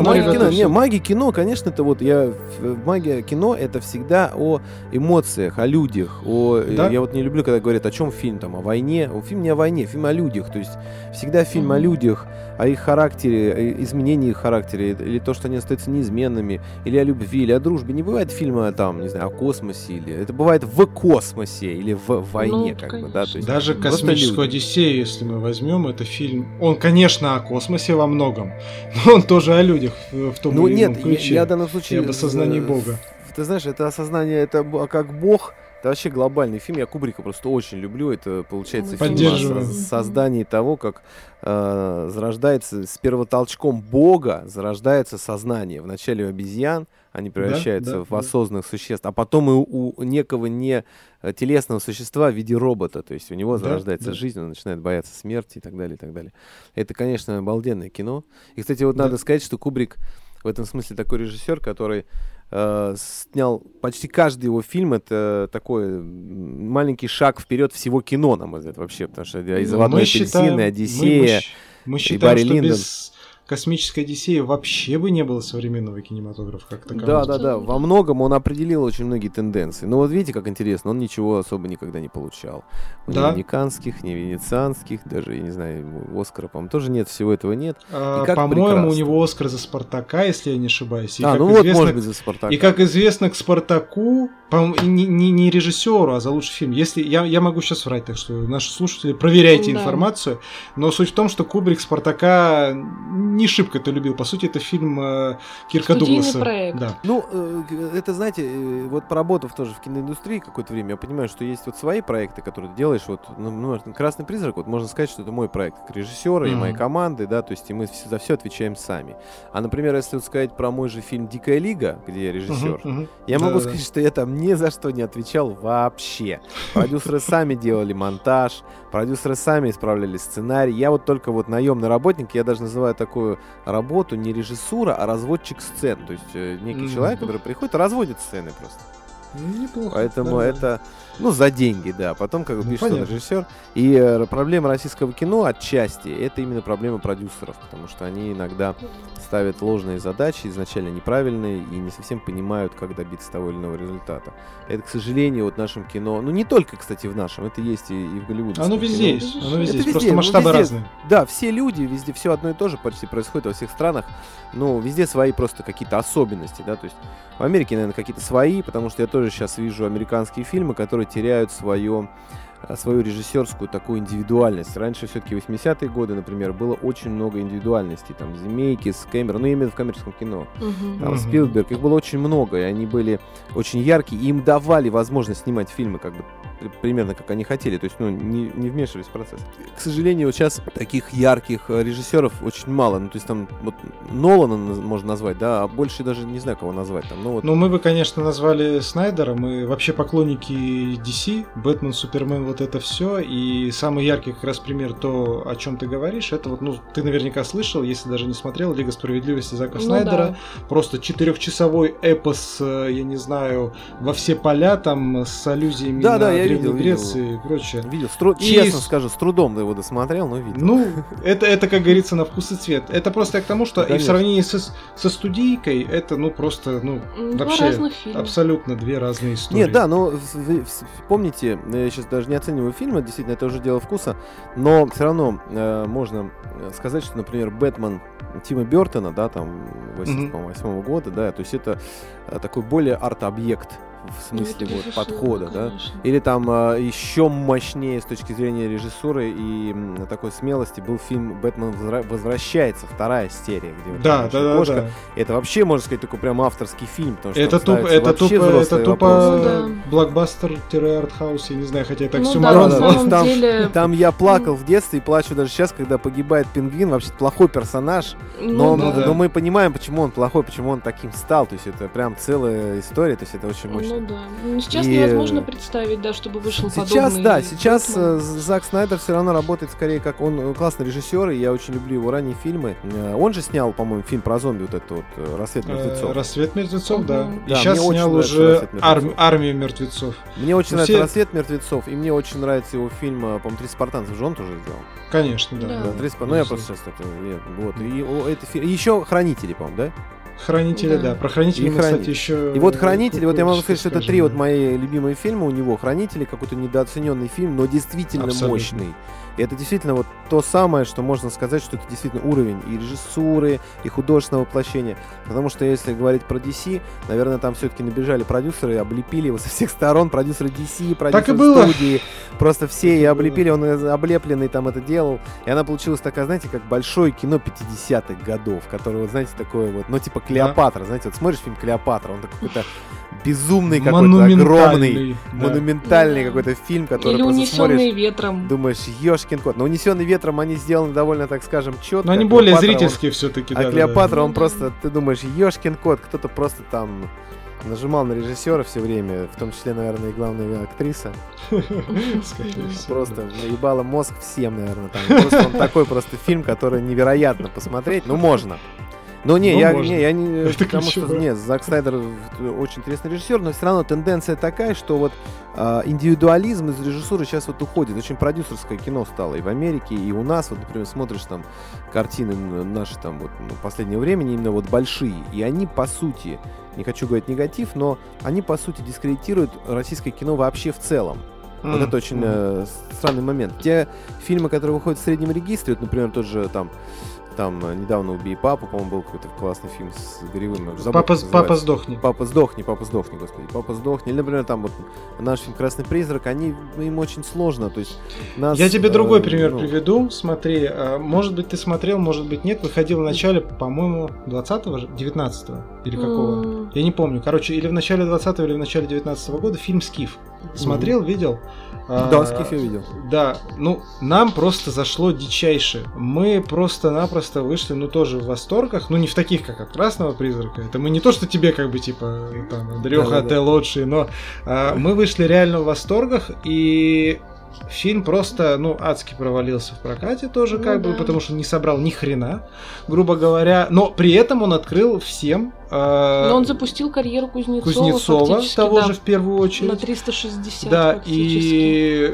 магия кино, конечно, это магия кино — это всегда о эмоциях, о людях. Я вот не люблю, когда говорят, о чем фильм, там, о войне. Фильм не о войне, фильм о людях. То есть всегда фильм о людях, о их характере, о изменении их характера, или то, что они остаются неизменными, или о любви, или о дружбе. Не бывает фильма там, не знаю, о космосе, или это бывает в космосе или в войне, как бы, да. То есть даже «Космическую Одиссею», если мы возьмем, это фильм, он, конечно, о космосе во многом, но он тоже о людях в том или ином ключе. Я в данном случае об осознании Бога. Ты знаешь, это осознание, это как Бог. Это вообще глобальный фильм. Я Кубрика просто очень люблю. Это, получается, фильм о создании того, как зарождается с первотолчком Бога, зарождается сознание. Вначале у обезьян они превращаются в осознанных существ, а потом и у некого не телесного существа в виде робота. То есть у него зарождается жизнь, он начинает бояться смерти и так далее, и так далее. Это, конечно, обалденное кино. И, кстати, вот надо сказать, что Кубрик в этом смысле такой режиссер, который снял почти каждый его фильм. Это такой маленький шаг вперед всего кино, на мой взгляд, вообще. Потому что и «Заводной апельсин», и «Одиссея», мы считаем, и Барри что Линдон. Без «Космической Одиссеи» вообще бы не было современного кинематографа как такового. Да. Во многом он определил очень многие тенденции. Но вот видите, как интересно, он ничего особо никогда не получал. Ни каннских, ни венецианских, даже, я не знаю, Оскара, по-моему, тоже нет, всего этого нет. По-моему, у него Оскар за «Спартака», если я не ошибаюсь. И может быть, за «Спартака». И, как известно, к «Спартаку», по-моему, не режиссеру, а за лучший фильм. Если я могу сейчас врать, так что наши слушатели, проверяйте информацию. Но суть в том, что Кубрик «Спартака» не шибко это любил. По сути, это фильм Кирка Дугласа. Проект. Да. Это, знаете, вот поработав тоже в киноиндустрии какое-то время, я понимаю, что есть вот свои проекты, которые ты делаешь. Вот, «Красный призрак», вот можно сказать, что это мой проект как режиссера и моей команды, да, то есть и мы за все отвечаем сами. А, например, если вот сказать про мой же фильм «Дикая лига», где я режиссер, я могу сказать, что я там ни за что не отвечал вообще. Продюсеры сами делали монтаж, продюсеры сами исправляли сценарий. Я вот только вот наемный работник, я даже называю такую работу не режиссура, а разводчик сцен. То есть некий человек, который приходит и разводит сцены просто. Неплохо. Поэтому это, за деньги, да. Потом, как бы пишет он режиссер. И проблема российского кино отчасти, это именно проблема продюсеров, потому что они иногда ставят ложные задачи, изначально неправильные, и не совсем понимают, как добиться того или иного результата. Это, к сожалению, вот в нашем кино, не только, кстати, в нашем, это есть и в голливудском кино. Оно везде есть, просто масштабы везде, разные. Да, все люди, везде все одно и то же почти происходит во всех странах, везде свои просто какие-то особенности, да, то есть в Америке, наверное, какие-то свои, потому что я тоже сейчас вижу американские фильмы, которые теряют свою режиссерскую такую индивидуальность. Раньше все-таки 80-е годы, например, было очень много индивидуальностей. Там Земекис, Кэмерон, именно в коммерческом кино. Там Спилберг, их было очень много, и они были очень яркие, и им давали возможность снимать фильмы как бы примерно как они хотели, то есть не вмешивались в процесс. К сожалению, вот сейчас таких ярких режиссеров очень мало. То есть там вот Нолана можно назвать, да, а больше даже не знаю, кого назвать. Там, мы бы, конечно, назвали Снайдера, мы вообще поклонники DC, Бэтмен, Супермен, вот это все, и самый яркий как раз пример то, о чем ты говоришь, это ты наверняка слышал, если даже не смотрел, Лига справедливости Зака Снайдера, просто 4-часовой эпос, я не знаю, во все поля, там, с аллюзиями на Древней Греции и прочее. Видел, честно скажу, с трудом его досмотрел, но видел. Это, как говорится, на вкус и цвет. Это просто я к тому, что и в сравнении со студийкой, это, просто, вообще абсолютно две разные истории. Нет, да, но помните, я сейчас даже не оцениваю фильмы, действительно, это уже дело вкуса, но все равно можно сказать, что, например, Бэтмен Тима Бёртона, да, там, 88 года, да, то есть это такой более арт-объект в смысле подхода, да, или там еще мощнее с точки зрения режиссуры и такой смелости был фильм «Бэтмен возвращается», вторая серия, где кошка. Это вообще, можно сказать, такой прям авторский фильм, потому что это тупо блокбастер-артхаус, я не знаю, хотя это оксюморон. Там я плакал в детстве и плачу даже сейчас, когда погибает пингвин, вообще плохой персонаж, но мы понимаем, почему он плохой, почему он таким стал, то есть это прям целая история, то есть это очень мощно. Сейчас невозможно представить, да, чтобы вышел подобный. Сейчас Зак Снайдер все равно работает скорее как он классный режиссер, и я очень люблю его ранние фильмы. Он же снял, по-моему, фильм про зомби, вот этот вот «Рассвет мертвецов». «Рассвет мертвецов», да. И сейчас снял уже «Армию мертвецов». Мне очень нравится «Рассвет мертвецов», и мне очень нравится его фильм, по-моему, «30 спартанцев» же он тоже сделал. Конечно, да. Я просто сейчас и еще «Хранители», по-моему, да? Хранители, да. Про Хранители мы, кстати, еще... И вот Хранители, вот я могу сказать, что это 3 вот мои любимые фильма у него. Хранители, какой-то недооцененный фильм, но действительно мощный. И это действительно вот то самое, что можно сказать, что это действительно уровень и режиссуры, и художественного воплощения. Потому что если говорить про DC, наверное, там все-таки набежали продюсеры, облепили его со всех сторон, продюсеры DC, продюсеры студии, просто все и облепили, он облепленный там это делал. И она получилась такая, знаете, как большое кино 50-х годов, которое, вот, знаете, такое вот, типа Клеопатра, знаете, вот смотришь фильм Клеопатра, он такой какой-то безумный какой-то, огромный, монументальный какой-то фильм, который или просто смотришь, ветром. Думаешь, ёшкин кот. Но «Унесённый ветром» они сделаны довольно, так скажем, четко. Но они более зрительские все-таки. А Клеопатра, он просто, ты думаешь, ёшкин кот, кто-то просто там нажимал на режиссера все время, в том числе, наверное, и главная актриса. Просто наебала мозг всем, наверное. Просто он такой просто фильм, который невероятно посмотреть, но можно. Но я не, потому что Зак Снайдер очень интересный режиссер, но все равно тенденция такая, что вот индивидуализм из режиссуры сейчас вот уходит. Очень продюсерское кино стало и в Америке, и у нас. Вот, например, смотришь там картины наши там вот последнего времени, именно вот большие, и они по сути, не хочу говорить негатив, но они по сути дискредитируют российское кино вообще в целом. Вот это очень странный момент. Те фильмы, которые выходят в среднем регистре, вот, например, тот же там недавно «Убей папу», по-моему, был какой-то классный фильм с Горевым. «Папа сдохни». «Папа сдохни», господи. «Папа сдохни». Или, например, там вот наш фильм «Красный призрак», им очень сложно. То есть я тебе другой пример приведу. Смотри, может быть, ты смотрел, может быть, нет. Выходил в начале, по-моему, 20-го, 19-го или какого. Я не помню. Короче, или в начале 20-го, или в начале 19-го года фильм «Скиф». Смотрел, видел? Да, «Скиф» я видел. Да, нам просто зашло дичайше. Мы просто-напросто вышли, тоже в восторгах. Не в таких, как от «Красного призрака». Это мы не то, что тебе, как бы, типа, там, Андрюха, ты лучший, но мы вышли реально в восторгах, и фильм просто, адски провалился в прокате тоже, потому что не собрал ни хрена, грубо говоря. Но при этом он открыл всем... Но он запустил карьеру Кузнецова того же в первую очередь. На 360 да, фактически. И...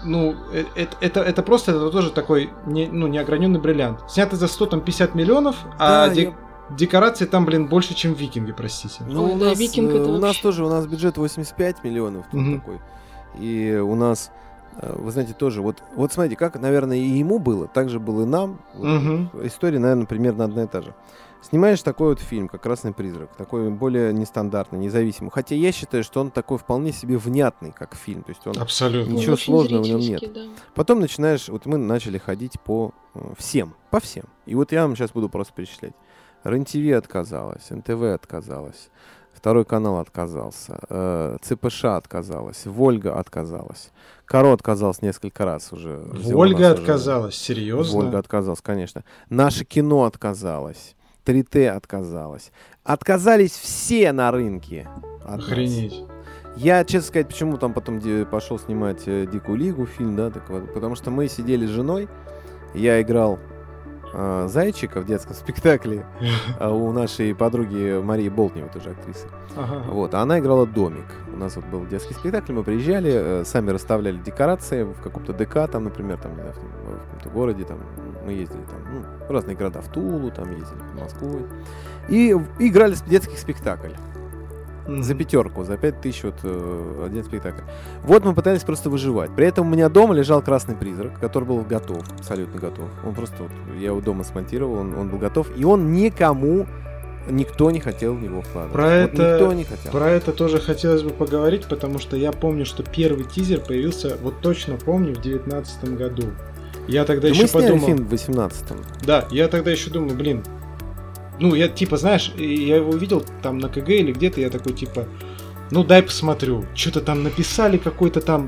это тоже такой неограненный бриллиант. Снятый за 150 миллионов, декорации там, больше, чем «Викинги», простите. У нас бюджет 85 миллионов такой. И у нас, вы знаете, тоже, вот смотрите, как, наверное, и ему было, так же было и нам. История, наверное, примерно одна и та же. Снимаешь такой вот фильм, как «Красный призрак», такой более нестандартный, независимый. Хотя я считаю, что он такой вполне себе внятный, как фильм. То есть он абсолютно. Ничего сложного в нем нет. Да. Потом начинаешь, мы начали ходить по всем. И вот я вам сейчас буду просто перечислять. РЕН-ТВ отказалась, НТВ отказалась, Второй канал отказался, ЦПШ отказалась, Вольга отказалась. Каро отказалась несколько раз уже. Вольга отказалась, серьезно? Вольга отказалась, конечно. Наше кино отказалось. 3Т отказалась. Отказались все на рынке. Охренеть. Я, честно сказать, почему там потом пошел снимать «Дикую Лигу» фильм, да, так вот, потому что мы сидели с женой, я играл Зайчика в детском спектакле у нашей подруги Марии Болтневой, тоже актрисы. Вот, а она играла Домик. У нас вот был детский спектакль, мы приезжали, сами расставляли декорации в каком-то ДК, там, например, там, не знаю, в каком-то городе, там, мы ездили там, в разные города, в Тулу, там ездили, в Москву. И играли детский спектакль. За 5, за 5000 один спектакль. Вот мы пытались просто выживать. При этом у меня дома лежал «Красный призрак», который был готов, абсолютно готов. Он просто, я его дома смонтировал, он был готов. И он никто не хотел в него вкладывать. Никто не хотел. Про это тоже хотелось бы поговорить, потому что я помню, что первый тизер появился, вот точно помню, в 2019 году. Я тогда еще подумал... Мы сняли фильм в 2018. Да, я тогда еще думаю, я, знаешь, я его увидел там на КГ или где-то, я такой, дай посмотрю. Что-то там написали, какой-то там,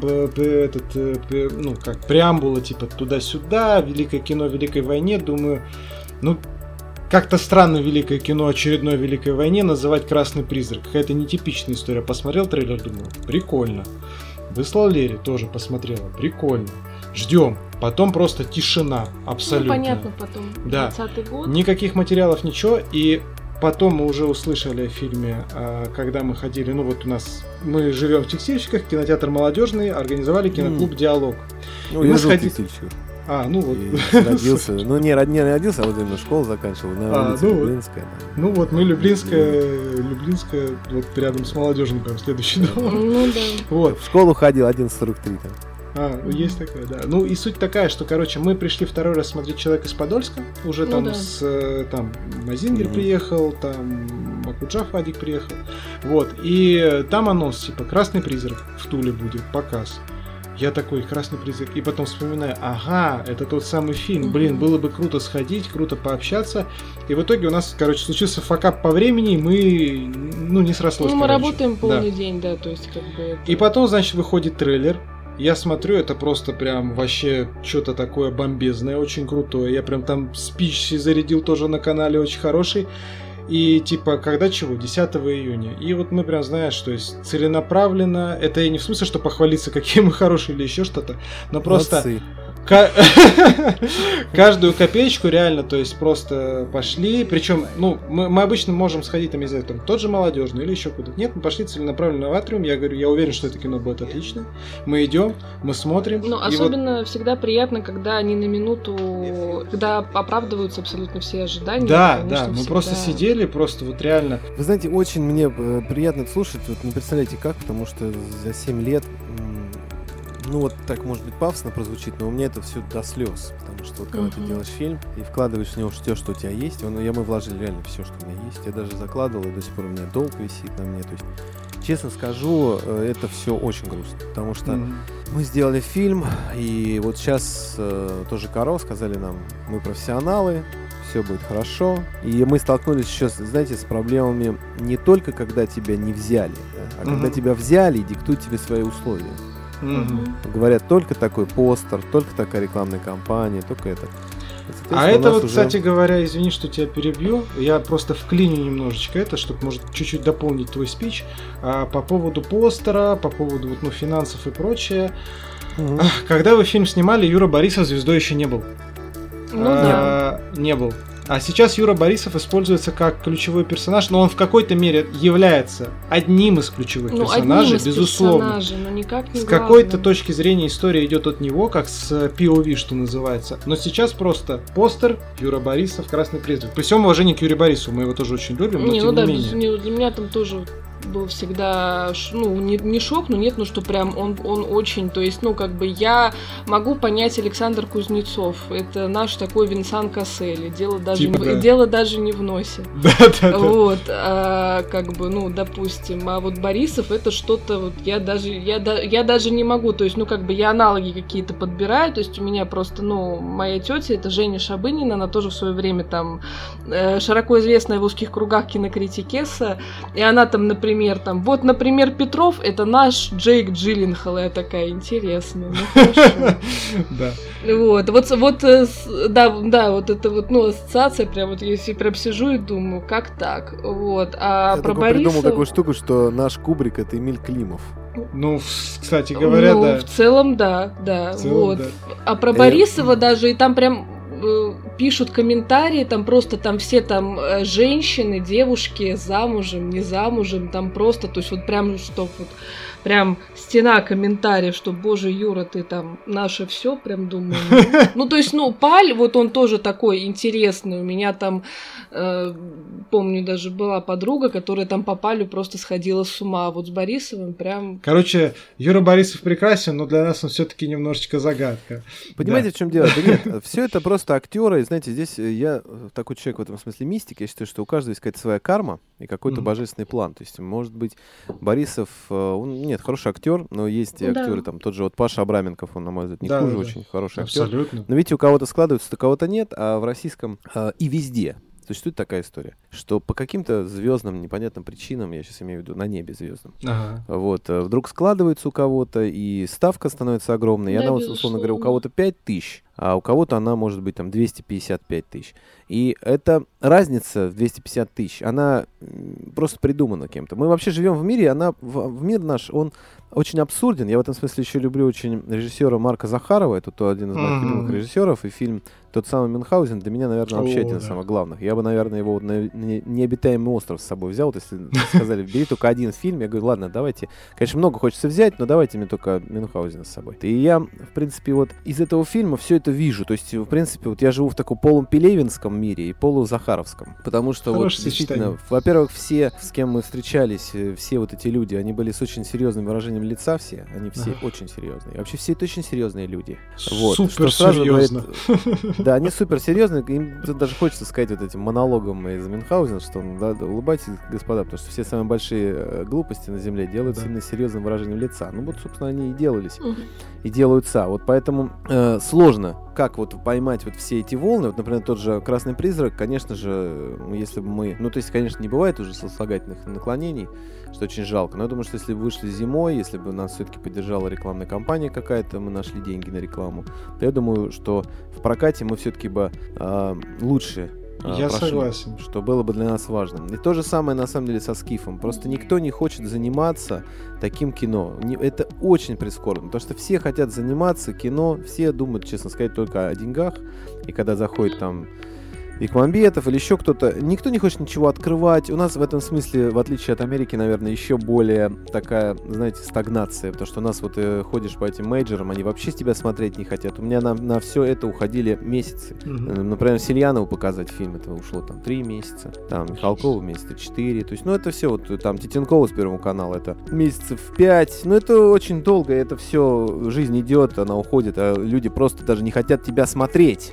преамбула, туда-сюда, великое кино о Великой войне. Думаю, как-то странно великое кино о очередной Великой войне называть «Красный призрак». Какая-то нетипичная история. Посмотрел трейлер, думаю, прикольно. Выслал Лере, тоже посмотрела, прикольно. Ждем. Потом просто тишина, абсолютно. Понятно, потом. Да. 20-й год. Никаких материалов, ничего. И потом мы уже услышали о фильме, когда мы ходили, мы живем в Текстильщиках, кинотеатр «Молодежный», организовали киноклуб «Диалог». Я жил в Текстильщиках. Родился. Не родился, а вот именно школу заканчивал на улице Люблинская. Мы Люблинская, вот рядом с «Молодежным», прям следующий дом. Да. Вот. В школу ходил 11:43 там. Есть такое, да. И суть такая, что, мы пришли второй раз смотреть «Человек из Подольска», уже Мазингер приехал, там Макуджав Вадик приехал, вот, и там анонс, «Красный призрак» в Туле будет, показ. Я такой, «Красный призрак», и потом вспоминаю, это тот самый фильм, было бы круто сходить, круто пообщаться, и в итоге у нас, случился факап по времени, и мы, не срослось, мы работаем полный день, да, то есть, И потом, выходит трейлер. Я смотрю, это просто прям вообще что-то такое бомбезное, очень крутое. Я прям там спич зарядил тоже на канале, очень хороший. И когда чего? 10 июня. И вот мы прям, то есть целенаправленно. Это и не в смысле, что похвалиться, какие мы хорошие или еще что-то. Но просто... Каждую копеечку реально, то есть просто пошли, причем, мы обычно можем сходить, там, не знаю, тот же «Молодежный» или еще куда-то. Нет, мы пошли целенаправленно в Атриум, я говорю, я уверен, что это кино будет отлично. Мы идем, мы смотрим. Особенно всегда приятно, когда они на минуту, когда оправдываются абсолютно все ожидания. Да, мы просто сидели, просто вот реально. Вы знаете, очень мне приятно это слушать, вот не представляете как, потому что за 7 лет... так, может быть, пафосно прозвучит, но у меня это все до слез. Потому что когда ты делаешь фильм и вкладываешь в него все, что у тебя есть, мы вложили реально все, что у меня есть. Я даже закладывал, и до сих пор у меня долг висит на мне. То есть, честно скажу, это все очень грустно. Потому что мы сделали фильм, и вот сейчас тоже Каро сказали нам, мы профессионалы, все будет хорошо. И мы столкнулись сейчас, с проблемами не только когда тебя не взяли, а когда тебя взяли и диктуют тебе свои условия. Говорят, только такой постер, только такая рекламная кампания, только это. Это вот, кстати говоря, извини, что тебя перебью, я просто вклиню немножечко это, чтобы, может, чуть-чуть дополнить твой спич по поводу постера, по поводу финансов и прочее. Когда вы фильм снимали, Юра Борисов звездой еще не был. Ну не был. А сейчас Юра Борисов используется как ключевой персонаж, но он в какой-то мере является одним из ключевых персонажей, безусловно. Но никак не с какой-то точки зрения история идет от него, как с POV, что называется. Но сейчас просто постер Юра Борисов, Красный призрак. При всем уважении к Юрию Борисову, мы его тоже очень любим, но тем не менее. Для меня там тоже был всегда, не шок, но нет, что прям он очень, то есть, я могу понять Александр Кузнецов, это наш такой Винсан Кассель, дело даже не в носе. Да. Вот, допустим, а вот Борисов это что-то, я даже не могу, то есть, я аналоги какие-то подбираю, то есть у меня просто, моя тетя, это Женя Шабынина, она тоже в свое время там широко известная в узких кругах кинокритикесса, и она там, например, Петров, это наш Джейк Джилленхол, я такая, интересно, хорошо. Да. Вот это ассоциация, прям если прям сижу и думаю, как так, вот. А я про Бориса... придумал такую штуку, что наш Кубрик — это Эмиль Климов. Кстати говоря, да. В целом, да. Вот. А про Борисова даже, и там прям пишут комментарии, там просто там все там женщины, девушки, замужем, не замужем, там просто, то есть вот прям, что вот прям стена комментариев, что, боже, Юра, ты там наше все, прям думаю. То есть, Паль, вот он тоже такой интересный, у меня там, помню, даже была подруга, которая там по Палю просто сходила с ума, вот с Борисовым прям... Короче, Юра Борисов прекрасен, но для нас он все-таки немножечко загадка. Понимаете, в чем дело? Да нет, все это просто актеры, и знаете, здесь я такой человек в этом смысле мистик, я считаю, что у каждого есть какая-то своя карма и какой-то божественный план, то есть, может быть, Борисов, нет, хороший актер, но есть актеры, там, тот же вот Паша Абраменков, он, на мой взгляд, не хуже, очень хороший актер. Абсолютно. Но видите, у кого-то складывается, у кого-то нет, а в российском и везде существует такая история, что по каким-то звездным непонятным причинам, я сейчас имею в виду на небе звездном, вот, вдруг складывается у кого-то, и ставка становится огромной, и она, условно говоря, у кого-то 5000, а у кого-то она может быть там 255 тысяч. И эта разница в 250 тысяч, она просто придумана кем-то. Мы вообще живем в мире, мир наш, он очень абсурден. Я в этом смысле еще люблю очень режиссера Марка Захарова, это один из моих любимых режиссеров, и фильм тот самый Мюнхгаузен для меня, наверное, вообще один из самых главных. Я бы, наверное, его на необитаемый остров с собой взял. Вот если сказали, бери только один фильм, я говорю, ладно, давайте. Конечно, много хочется взять, но давайте мне только Мюнхгаузена с собой. И я, в принципе, вот из этого фильма все это вижу. То есть, в принципе, вот я живу в таком полупелевинском мире и полузахаровском. Потому что вот действительно, во-первых, все, с кем мы встречались, все вот эти люди, они были с очень серьезным выражением лица все. Они все очень серьезные. И вообще все это очень серьезные люди. Вот. Супер серьезно. Да, они супер серьезные. Им даже хочется сказать вот этим монологом из Мюнхгаузена, что улыбайтесь, господа, потому что все самые большие глупости на земле делаются именно серьезным выражением лица. Ну вот, собственно, они и делались, и делаются. Вот поэтому сложно, как вот поймать вот все эти волны. Вот, например, тот же «Красный призрак», конечно же, если бы мы... то есть, конечно, не бывает уже сослагательных наклонений, что очень жалко. Но я думаю, что если бы вышли зимой, если бы нас все-таки поддержала рекламная кампания какая-то, мы нашли деньги на рекламу, то я думаю, что в прокате мы все-таки бы лучше я согласен. Что было бы для нас важным. И то же самое, на самом деле, со «Скифом». Просто никто не хочет заниматься таким кино. Это очень прискорбно, потому что все хотят заниматься кино, все думают, честно сказать, только о деньгах. И когда заходит там Бекмамбетов или еще кто-то, никто не хочет ничего открывать. У нас в этом смысле, в отличие от Америки, наверное, еще более такая, знаете, стагнация, потому что у нас вот ходишь по этим мейджорам, они вообще с тебя смотреть не хотят. У меня на все это уходили месяцы. Например, Сельянову показать фильм, это ушло там 3 месяца, там Михалкову месяца 4, то есть, это все, вот там Титенкова с Первого канала, это месяцев 5, это очень долго, это все, жизнь идет, она уходит, а люди просто даже не хотят тебя смотреть.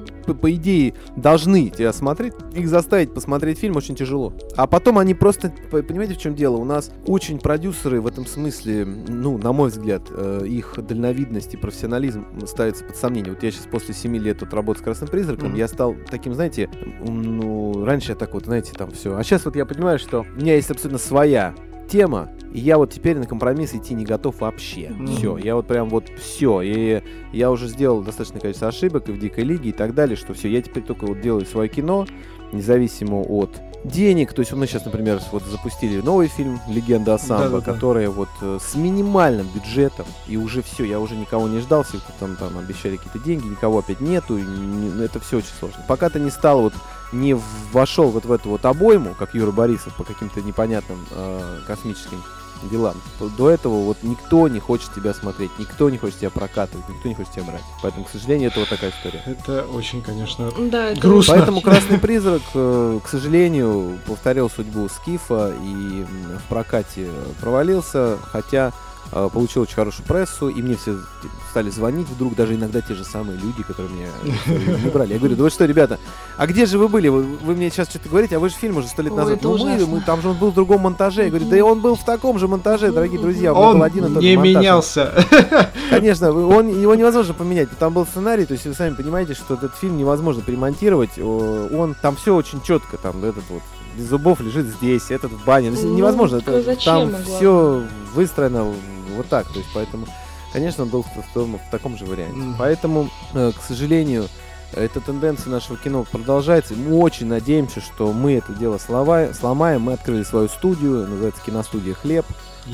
По идее, должны тебя смотреть, их заставить посмотреть фильм очень тяжело. А потом они просто, понимаете, в чем дело? У нас очень продюсеры в этом смысле, на мой взгляд, их дальновидность и профессионализм ставится под сомнение. Вот я сейчас после 7 лет вот работы с «Красным призраком», я стал таким, знаете, раньше я так вот, знаете, там все. А сейчас вот я понимаю, что у меня есть абсолютно своя тема, и я вот теперь на компромисс идти не готов вообще. Все, я вот прям вот все. И я уже сделал достаточное количество ошибок и в «Дикой лиге» и так далее, что все, я теперь только вот делаю свое кино, независимо от денег. То есть мы сейчас, например, вот запустили новый фильм «Легенда о самбо», который вот с минимальным бюджетом, и уже все, я уже никого не ждал, все кто там обещали какие-то деньги, никого опять нету, это все очень сложно. Пока ты не стал вот, не вошел вот в эту вот обойму, как Юра Борисов, по каким-то непонятным космическим делам, до этого вот никто не хочет тебя смотреть, никто не хочет тебя прокатывать, никто не хочет тебя брать. Поэтому, к сожалению, это вот такая история. Это очень, конечно, грустно. Поэтому «Красный призрак», к сожалению, повторил судьбу Скифа и в прокате провалился, хотя получил очень хорошую прессу, и мне все стали звонить вдруг, даже иногда те же самые люди, которые меня не брали. Я говорю, да вы что, ребята, а где же вы были? Вы мне сейчас что-то говорите, а вы же фильм уже 100 лет назад. Мы там же он был в другом монтаже. Я говорю, да и он был в таком же монтаже, дорогие друзья. Он был один и тот же монтаж. Не менялся. Конечно, его невозможно поменять. Там был сценарий, то есть вы сами понимаете, что этот фильм невозможно перемонтировать. Там все очень четко, там этот вот без зубов лежит здесь, этот в бане. Невозможно. Там все выстроено вот так. То есть поэтому, конечно, он был в таком же варианте. Поэтому, к сожалению, эта тенденция нашего кино продолжается. Мы очень надеемся, что мы это дело сломаем. Мы открыли свою студию, называется «Киностудия Хлеб».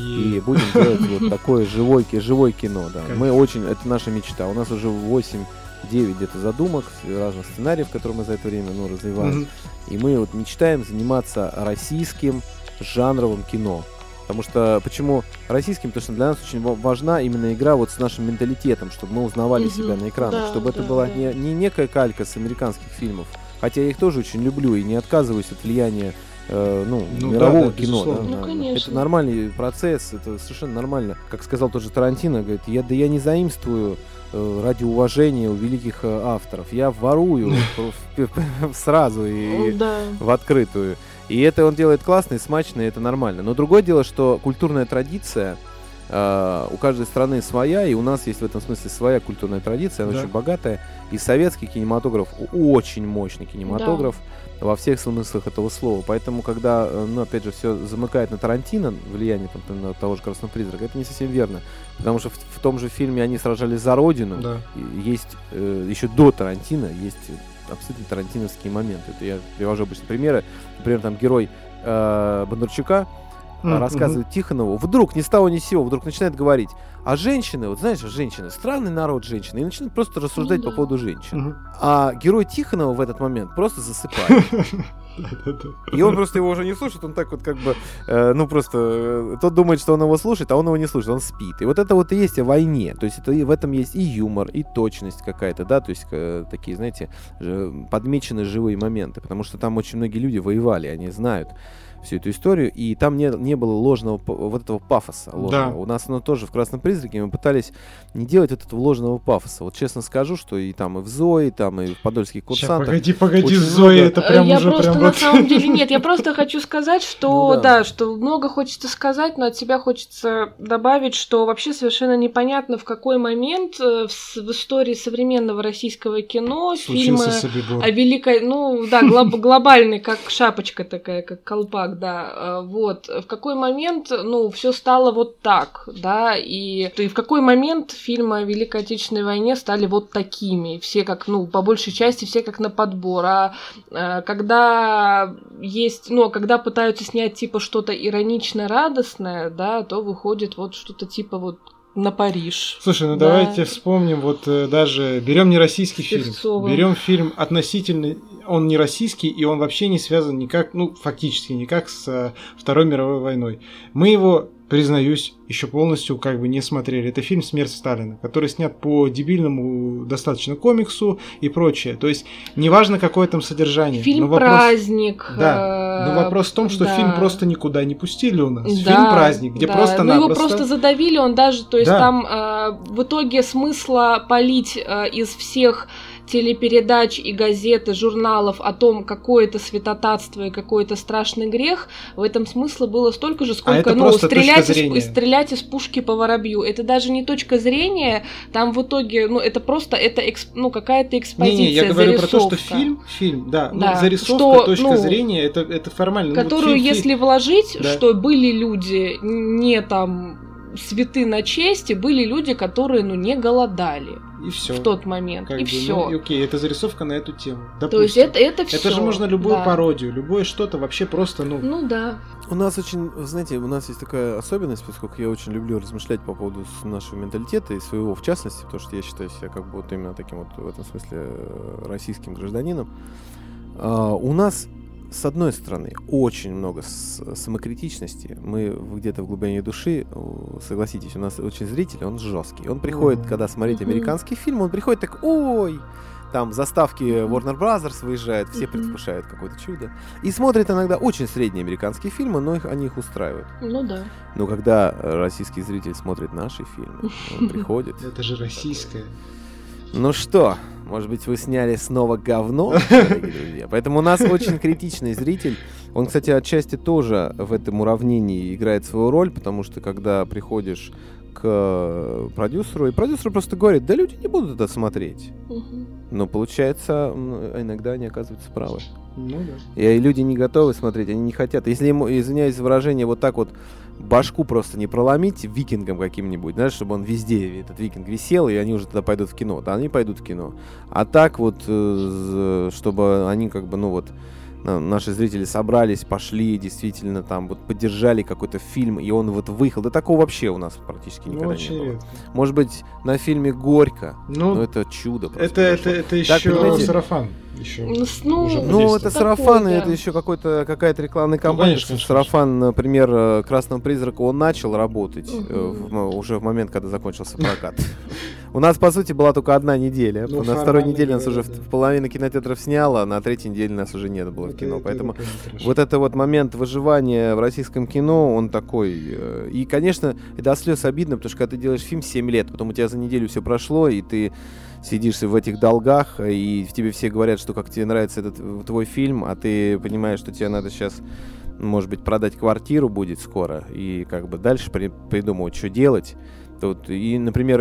И будем делать вот такое живое кино. Да. Это наша мечта. У нас уже 8-9 где-то задумок, разных сценариев, которые мы за это время развиваем. И мы вот мечтаем заниматься российским жанровым кино. Потому что, почему российским? Потому что для нас очень важна именно игра вот с нашим менталитетом, чтобы мы узнавали себя на экранах, чтобы это была не некая калька с американских фильмов, хотя я их тоже очень люблю и не отказываюсь от влияния мирового кино. Это нормальный процесс, это совершенно нормально. Как сказал тот же Тарантино, говорит, я не заимствую ради уважения у великих авторов, я ворую сразу и в открытую. И это он делает классно и смачно, и это нормально. Но другое дело, что культурная традиция у каждой страны своя, и у нас есть в этом смысле своя культурная традиция, она очень богатая. И советский кинематограф очень мощный кинематограф во всех смыслах этого слова. Поэтому, когда, опять же, все замыкает на Тарантино, влияние на того же «Красного призрака», это не совсем верно. Потому что в том же фильме они сражались за родину. Есть еще до Тарантино есть абсолютно тарантиновские моменты. Это я привожу обычно примеры. Например, там герой Бондарчука рассказывает Тихонову, вдруг ни с того ни с сего, вдруг начинает говорить, а женщины, вот знаешь, женщины, странный народ женщины, и начинает просто рассуждать по поводу женщин. А герой Тихонова в этот момент просто засыпает. И он просто его уже не слушает, он так вот как бы, тот думает, что он его слушает, а он его не слушает, он спит. И вот это вот и есть о войне, то есть в этом есть и юмор, и точность какая-то, да, то есть такие, знаете, подмечены живые моменты, потому что там очень многие люди воевали, они знают всю эту историю, и там не было ложного вот этого пафоса ложного. У нас оно тоже в «Красном призраке» мы пытались не делать вот этого ложного пафоса. Вот честно скажу, что и там и в «Зое», там и в «Подольских курсантах». Погоди, «Зоя» это прям я уже просто прям... на самом деле нет, я просто хочу сказать, что что много хочется сказать, но от себя хочется добавить, что вообще совершенно непонятно, в какой момент в истории современного российского кино фильмы о великой, глобальный, как шапочка такая, как колпак, вот, в какой момент, все стало вот так, да, и в какой момент фильмы о Великой Отечественной войне стали вот такими, все как, по большей части, все как на подбор, когда есть, когда пытаются снять, типа, что-то иронично-радостное, да, то выходит вот что-то типа вот на Париж. Слушай, давайте вспомним, вот даже берем не российский фильм, берем фильм относительно, он не российский, и он вообще не связан никак, фактически никак с Второй мировой войной. Мы его, признаюсь, еще полностью как бы не смотрели. Это фильм «Смерть Сталина», который снят по дебильному достаточно комиксу и прочее. То есть, неважно, какое там содержание. Фильм «Праздник». Да, но вопрос в том, что фильм просто никуда не пустили у нас. Фильм «Праздник», где просто-напросто... его просто задавили, он даже, то есть там в итоге смысла палить из всех телепередач и газет, и журналов о том, какое это святотатство и какой это страшный грех, в этом смысла было столько же, сколько стрелять из пушки по воробью. Это даже не точка зрения, там в итоге, это просто какая-то экспозиция, Не, я говорю про то, что фильм, да. Зарисовка, точка зрения, это формально. Которую, если вложить, что были люди не там святы на чести, были люди, которые, не голодали. И все. В тот момент. И все. Окей, это зарисовка на эту тему. Допустим. То есть это все. Это же можно любую пародию, любое что-то вообще просто, да. У нас очень, знаете, у нас есть такая особенность, поскольку я очень люблю размышлять по поводу нашего менталитета и своего, в частности, потому что я считаю себя как бы вот именно таким вот в этом смысле российским гражданином. У нас, с одной стороны, очень много самокритичности. Мы где-то в глубине души, согласитесь, у нас очень зритель, он жесткий. Он приходит, когда смотреть американский фильм, он приходит так, ой, там заставки Warner Brothers выезжают, все предвкушают какое-то чудо. И смотрит иногда очень средние американские фильмы, но они их устраивают. Да. Но когда российский зритель смотрит наши фильмы, он приходит... Это же российское. Ну что, может быть, вы сняли снова говно, дорогие друзья? Поэтому у нас очень критичный зритель. Он, кстати, отчасти тоже в этом уравнении играет свою роль, потому что когда приходишь к продюсеру, и продюсер просто говорит, да люди не будут это смотреть. Но получается, иногда они оказываются правы. И люди не готовы смотреть, они не хотят. Если ему, извиняюсь за выражение, вот так вот башку просто не проломить викингом каким-нибудь, знаешь, чтобы он везде, этот викинг висел, и они уже тогда пойдут в кино. Да, они пойдут в кино. А так вот, чтобы они как бы, наши зрители собрались, пошли, действительно там вот поддержали какой-то фильм, и он вот выехал. Да такого вообще у нас практически никогда не было. Редко. Может быть, на фильме «Горько», но это чудо. Это еще сарафан. Это сарафан, и это еще какая-то рекламная кампания. Сарафан, например, «Красного призрака», он начал работать уже в момент, когда закончился прокат. У нас, по сути, была только одна неделя. На второй неделе нас уже половина кинотеатров сняло, а на третьей неделе нас уже не было в кино. Поэтому вот это вот момент выживания в российском кино, он такой. И, конечно, до слез обидно, потому что когда ты делаешь фильм 7 лет, потом у тебя за неделю все прошло, и ты сидишь в этих долгах, и тебе все говорят, что как тебе нравится этот твой фильм, а ты понимаешь, что тебе надо сейчас, может быть, продать квартиру будет скоро, и как бы дальше придумывать, что делать. И, например,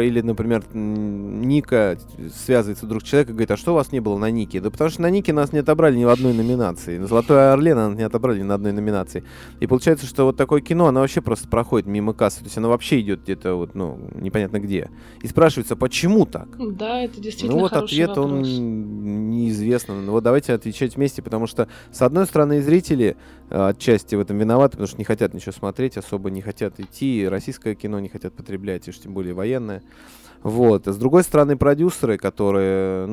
Ника связывается вдруг с человеком и говорит, а что у вас не было на Нике? Да потому что на Нике нас не отобрали ни в одной номинации. На «Золотой Орле» нас не отобрали ни на одной номинации. И получается, что вот такое кино, оно вообще просто проходит мимо кассы. То есть оно вообще идет где-то непонятно где. И спрашивается, почему так? Да, это действительно хороший ответ, вопрос. Он неизвестен. Давайте отвечать вместе, потому что, с одной стороны, зрители отчасти в этом виноваты, потому что не хотят ничего смотреть, особо не хотят идти, российское кино не хотят потреблять, и уж тем более военное. Вот. А с другой стороны, продюсеры, которые,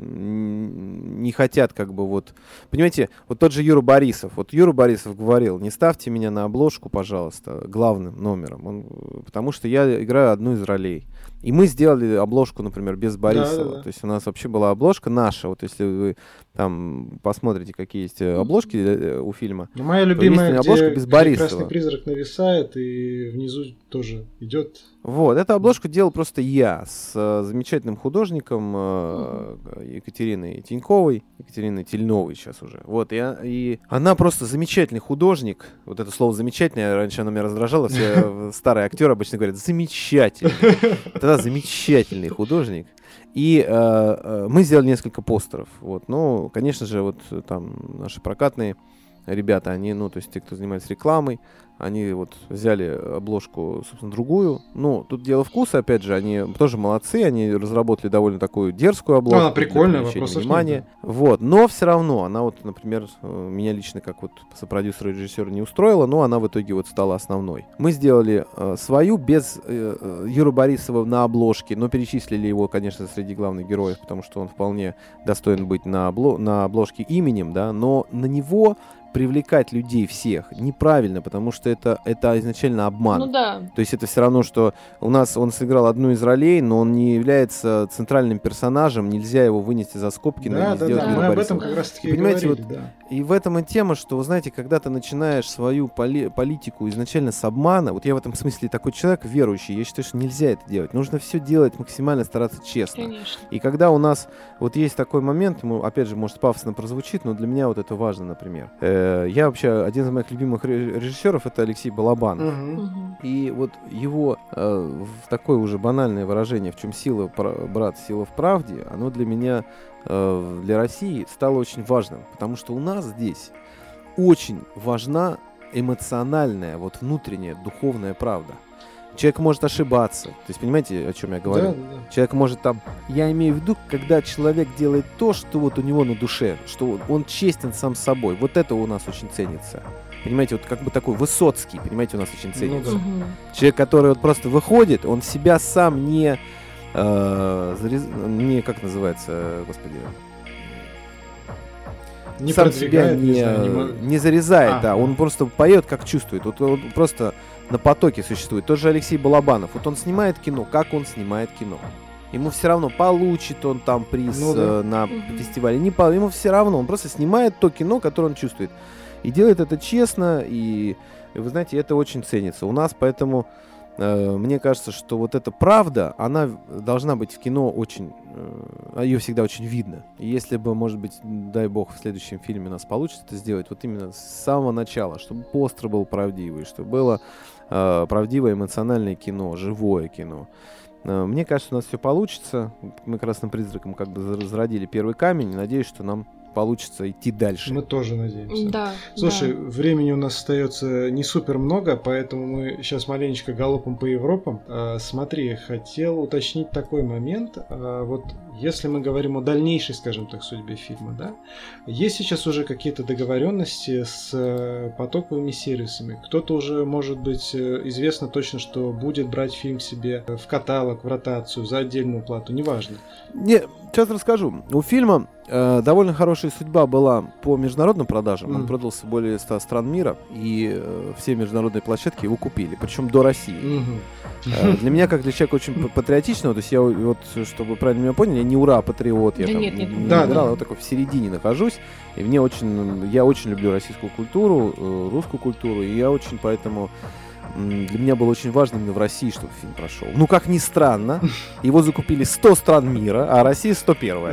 не хотят Понимаете, вот тот же Юра Борисов. Вот Юра Борисов говорил, не ставьте меня на обложку, пожалуйста, главным номером, потому что я играю одну из ролей. И мы сделали обложку, например, без Борисова. Да. То есть у нас вообще была обложка наша. Вот если вы там посмотрите, какие есть обложки у фильма. Моя любимая, обложка без Борисова. Красный призрак нависает, и внизу тоже идет. Вот, эту обложку делал просто я с замечательным художником Екатериной Тиньковой, Екатериной Тельновой сейчас уже. Вот, и она просто замечательный художник. Вот это слово «замечательное», раньше оно меня раздражало, все старые актеры обычно говорят «замечательный». Тогда замечательный художник. И мы сделали несколько постеров. Вот. Ну, конечно же, вот там наши прокатные ребята, они, то есть те, кто занимается рекламой, они вот взяли обложку, собственно, другую. Ну, тут дело вкуса, опять же, они тоже молодцы, они разработали довольно такую дерзкую обложку. Она прикольная, вопросов нет. Вот, но все равно, она вот, например, меня лично как вот сопродюсера и режиссера не устроила, но она в итоге вот стала основной. Мы сделали свою без Юры Борисова на обложке, но перечислили его, конечно, среди главных героев, потому что он вполне достоин быть на обложке именем, да, но на него привлекать людей всех неправильно, потому что что это изначально обман. Ну да. То есть это все равно, что у нас он сыграл одну из ролей, но он не является центральным персонажем, нельзя его вынести за скобки, да, сделать мы об этом как раз таки и понимаете, говорили, вот, да. И в этом и тема, что, вы знаете, когда ты начинаешь свою политику изначально с обмана, вот я в этом смысле такой человек верующий, я считаю, что нельзя это делать, нужно все делать максимально, стараться честно. Конечно. И когда у нас вот есть такой момент, опять же, может, пафосно прозвучит, но для меня вот это важно, например. Я вообще, один из моих любимых режиссеров — это Алексей Балабанов. И вот его в такое уже банальное выражение, в чем сила, брат, сила в правде, оно для меня, для России стало очень важным, потому что у нас здесь очень важна эмоциональная, вот внутренняя, духовная правда. Человек может ошибаться. То есть, понимаете, о чем я говорю? Да. Человек может там... Я имею в виду, когда человек делает то, что вот у него на душе, что он честен сам с собой. Вот это у нас очень ценится. Понимаете, вот как бы такой Высоцкий, понимаете, у нас очень ценится. Человек, который вот просто выходит, он себя сам не как называется, господи... Не сам себя не зарезает, да. Он просто поет, как чувствует. Вот он просто на потоке существует. Тот же Алексей Балабанов. Вот он снимает кино, как он снимает кино. Ему все равно, получит он там приз на фестивале, не ему все равно. Он просто снимает то кино, которое он чувствует. И делает это честно, и вы знаете, это очень ценится. У нас поэтому... Мне кажется, что вот эта правда, она должна быть в кино очень... Ее всегда очень видно. И если бы, может быть, дай бог, в следующем фильме у нас получится это сделать, вот именно с самого начала, чтобы постер был правдивый, чтобы было правдивое эмоциональное кино, живое кино. Мне кажется, у нас все получится. Мы «Красным призраком» как бы зародили первый камень. Надеюсь, что нам получится идти дальше. Мы тоже надеемся. Да. Слушай, времени у нас остается не супер много, поэтому мы сейчас маленечко галопом по Европам. Смотри, хотел уточнить такой момент. Вот если мы говорим о дальнейшей, скажем так, судьбе фильма, да, есть сейчас уже какие-то договоренности с потоковыми сервисами. Кто-то уже, может быть, известно точно, что будет брать фильм себе в каталог, в ротацию за отдельную плату, неважно. Сейчас расскажу. У фильма довольно хорошая судьба была по международным продажам. Он продался в более 100 стран мира, и все международные площадки его купили, причем до России. Для меня, как для человека очень патриотичного, то есть я вот, чтобы вы правильно меня поняли, я не ура-патриот, я там не играл, я вот такой в середине нахожусь, и я очень люблю российскую культуру, русскую культуру, и я очень поэтому... Для меня было очень важно именно в России, чтобы фильм прошел. Ну, как ни странно, его закупили 100 стран мира, а Россия 101-я.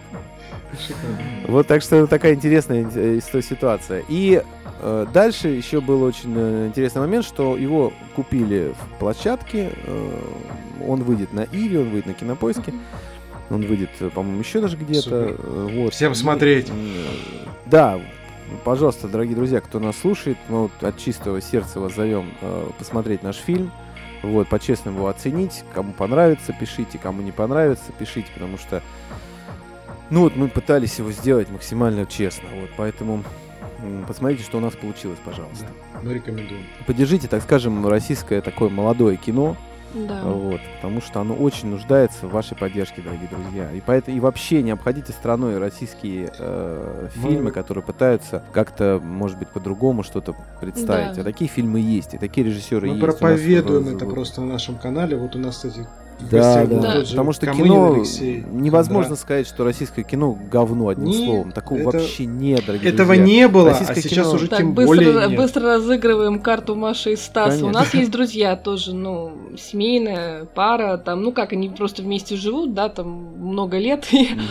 Вот, так что такая интересная ситуация. И дальше еще был очень интересный момент, что его купили в площадке, он выйдет на Иви, он выйдет на Кинопоиске, он выйдет, по-моему, еще даже где-то. Вот. Всем смотреть. Да. Пожалуйста, дорогие друзья, кто нас слушает, мы вот от чистого сердца вас зовем посмотреть наш фильм, вот, по-честному его оценить. Кому понравится, пишите, кому не понравится, пишите, потому что, ну вот мы пытались его сделать максимально честно, вот, поэтому посмотрите, что у нас получилось, пожалуйста. Да, мы рекомендуем. Поддержите, так скажем, российское такое молодое кино. Да. Вот, потому что оно очень нуждается в вашей поддержке, дорогие друзья. И поэтому и вообще не обходите стороной российские фильмы, которые пытаются как-то, может быть, по-другому что-то представить. Да. А такие фильмы есть, и такие режиссеры есть. Мы проповедуем это просто на нашем канале. Вот у нас, кстати, да. Потому что кино невозможно сказать, что российское кино говно, одним словом. Такого вообще нет, дорогие этого друзья. не было, российское а сейчас кино... уже так, тем более нет. Быстро разыгрываем карту Маши и Стаса. Конечно. У нас есть друзья тоже, семейная пара, там, они просто вместе живут, да, там много лет.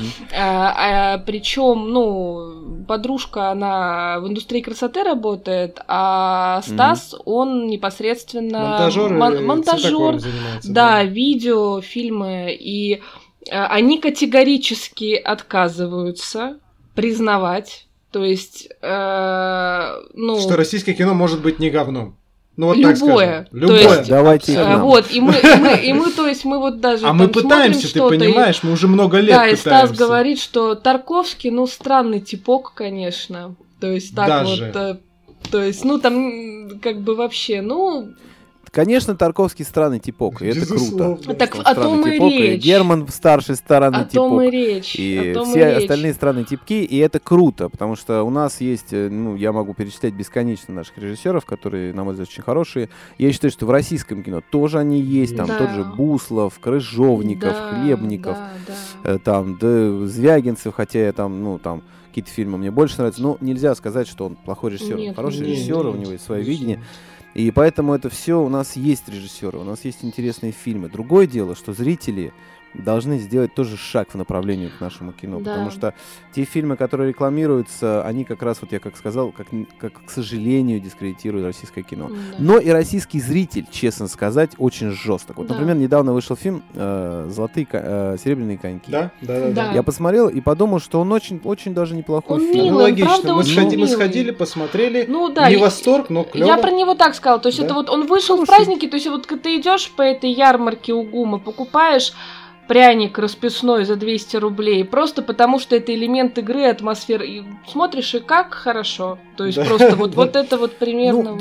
Причем, подружка, она в индустрии красоты работает, а Стас, он непосредственно монтажер, да, видео, фильмы, и они категорически отказываются признавать, то есть, что российское кино может быть не говном. Вот любое. Любое. То есть, давайте вот, и мы, то есть, мы вот даже мы пытаемся, ты понимаешь, мы уже много лет пытаемся. Да, и Стас говорит, что Тарковский, странный типок, конечно. То есть, так даже. Вот, то есть, там, как бы вообще, Конечно, Тарковский странный типок, и это круто. Так о том и речь. Герман старший странный типок. О том и речь. И все остальные странные типки, и это круто, потому что у нас есть, я могу перечислять бесконечно наших режиссеров, которые, на мой взгляд, очень хорошие. Я считаю, что в российском кино тоже они есть, там тот же Буслов, Крыжовников, Хлебников, там, Звягинцев, хотя я там, какие-то фильмы мне больше нравятся, но нельзя сказать, что он плохой режиссер. Он хороший режиссер, у него есть свое видение. И поэтому это все, у нас есть режиссеры, у нас есть интересные фильмы. Другое дело, что зрители должны сделать тоже шаг в направлении к нашему кино, потому что те фильмы, которые рекламируются, они как раз, вот я как сказал, как к сожалению, дискредитируют российское кино. Но и российский зритель, честно сказать, очень жесток. Вот, например, недавно вышел фильм «Серебряные коньки». Да. Я посмотрел и подумал, что он очень даже неплохой фильм. Милый, логично. Мы сходили, посмотрели, не восторг, но клево. Я про него так сказала, то есть это вот он вышел в праздники, то есть вот когда ты идешь по этой ярмарке у ГУМа, покупаешь пряник расписной за 200 рублей, просто потому что это элемент игры, атмосферы. И смотришь, и как хорошо. То есть просто вот это вот примерно...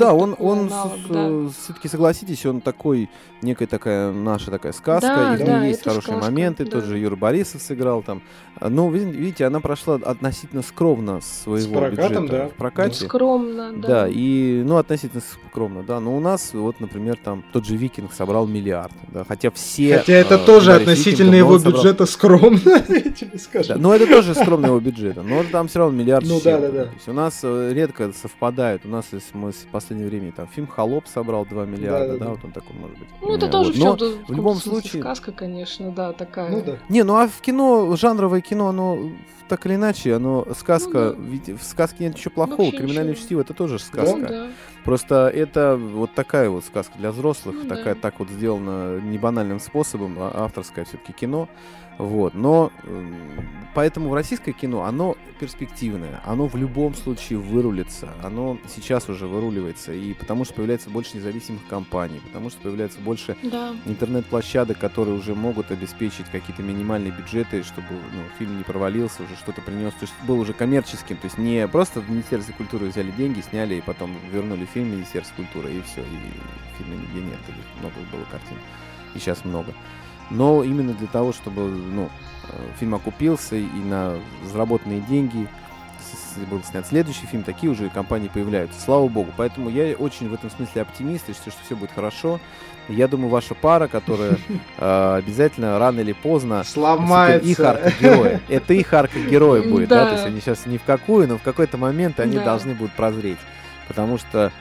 он все-таки, согласитесь, он такой, некая такая наша такая сказка, и в ней есть хорошие моменты, тот же Юра Борисов сыграл там. Ну, видите, она прошла относительно скромно своего бюджета в прокате. Скромно, да. Да, и, относительно скромно, да. Но у нас, вот, например, там, тот же «Викинг» собрал миллиард, да, хотя это тоже относительно его бюджета скромно, я тебе скажу. Да, но это тоже скромно его бюджета, но там все равно миллиард. Да. То есть у нас редко совпадает, у нас, если мы в последнее время, там, фильм «Холоп» собрал 2 миллиарда, да, вот он такой может быть. Ну, это тоже в любом случае... Сказка, конечно, да, такая. Не, а в кино, жанровое кино, оно так или иначе, оно сказка, ведь в сказке нет ничего плохого, «Криминальное чтиво» — это тоже сказка. Просто это вот такая вот сказка для взрослых, так вот сделана не банальным способом, а авторское все-таки кино. Вот. Но поэтому в российское кино оно перспективное, оно в любом случае вырулится, оно сейчас уже выруливается, и потому что появляется больше независимых компаний, потому что появляется больше интернет-площадок, которые уже могут обеспечить какие-то минимальные бюджеты, чтобы фильм не провалился, уже что-то принес, то есть был уже коммерческим, то есть не просто в Министерстве культуры взяли деньги, сняли и потом вернули фильм в Министерство культуры, и все, и фильма нигде нет, или много было картин, и сейчас много. Но именно для того, чтобы фильм окупился и на заработанные деньги был снят следующий фильм, такие уже компании появляются. Слава богу. Поэтому я очень в этом смысле оптимист, и считаю, что все будет хорошо. Я думаю, ваша пара, которая обязательно рано или поздно сломается. Их арка героя. Это их арка героя будет, да? То есть они сейчас ни в какую, но в какой-то момент они должны будут прозреть. Потому что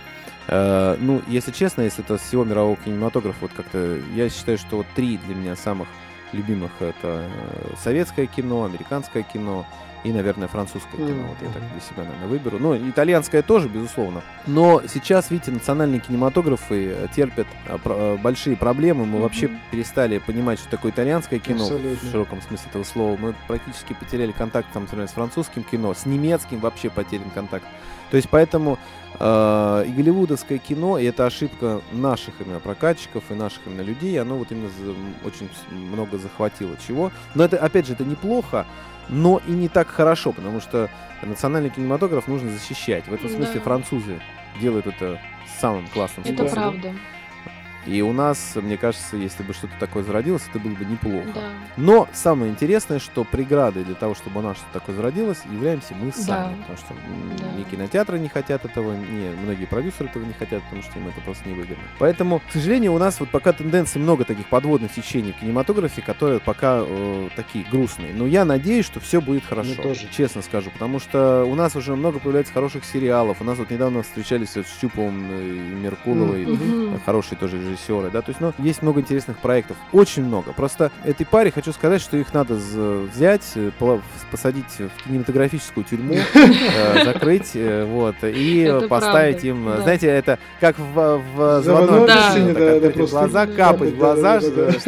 если честно, если это всего мирового кинематографа, вот как-то я считаю, что вот 3 для меня самых любимых — это советское кино, американское кино и, наверное, французское кино. Вот я так для себя, наверное, выберу. Ну, итальянское тоже, безусловно. Но сейчас, видите, национальные кинематографы терпят большие проблемы. Мы вообще перестали понимать, что такое итальянское кино в широком смысле этого слова. Мы практически потеряли контакт, там, например, с французским кино, с немецким вообще потерян контакт. То есть поэтому и голливудовское кино, и это ошибка наших именно прокатчиков и наших именно людей, оно вот именно очень много захватило чего. Но это, опять же, это неплохо, но и не так хорошо, потому что национальный кинематограф нужно защищать. В этом смысле французы делают это самым классным способом. Это правда. И у нас, мне кажется, если бы что-то такое зародилось, это было бы неплохо. Да. Но самое интересное, что преградой для того, чтобы у нас что-то такое зародилось, являемся мы сами. Потому что ни кинотеатры не хотят этого, ни многие продюсеры этого не хотят, потому что им это просто невыгодно. Поэтому, к сожалению, у нас вот пока тенденций много таких подводных течений в кинематографе, которые пока такие грустные. Но я надеюсь, что все будет хорошо. Честно скажу. Потому что у нас уже много появляется хороших сериалов. У нас вот недавно встречались с Чуповым и Меркуловой, хорошие тоже режиссеры, да, то есть, есть много интересных проектов, очень много. Просто этой паре хочу сказать, что их надо взять, посадить в кинематографическую тюрьму, закрыть, вот, и поставить им, знаете, это как в заводной апельсине, глаза, капать в глаза,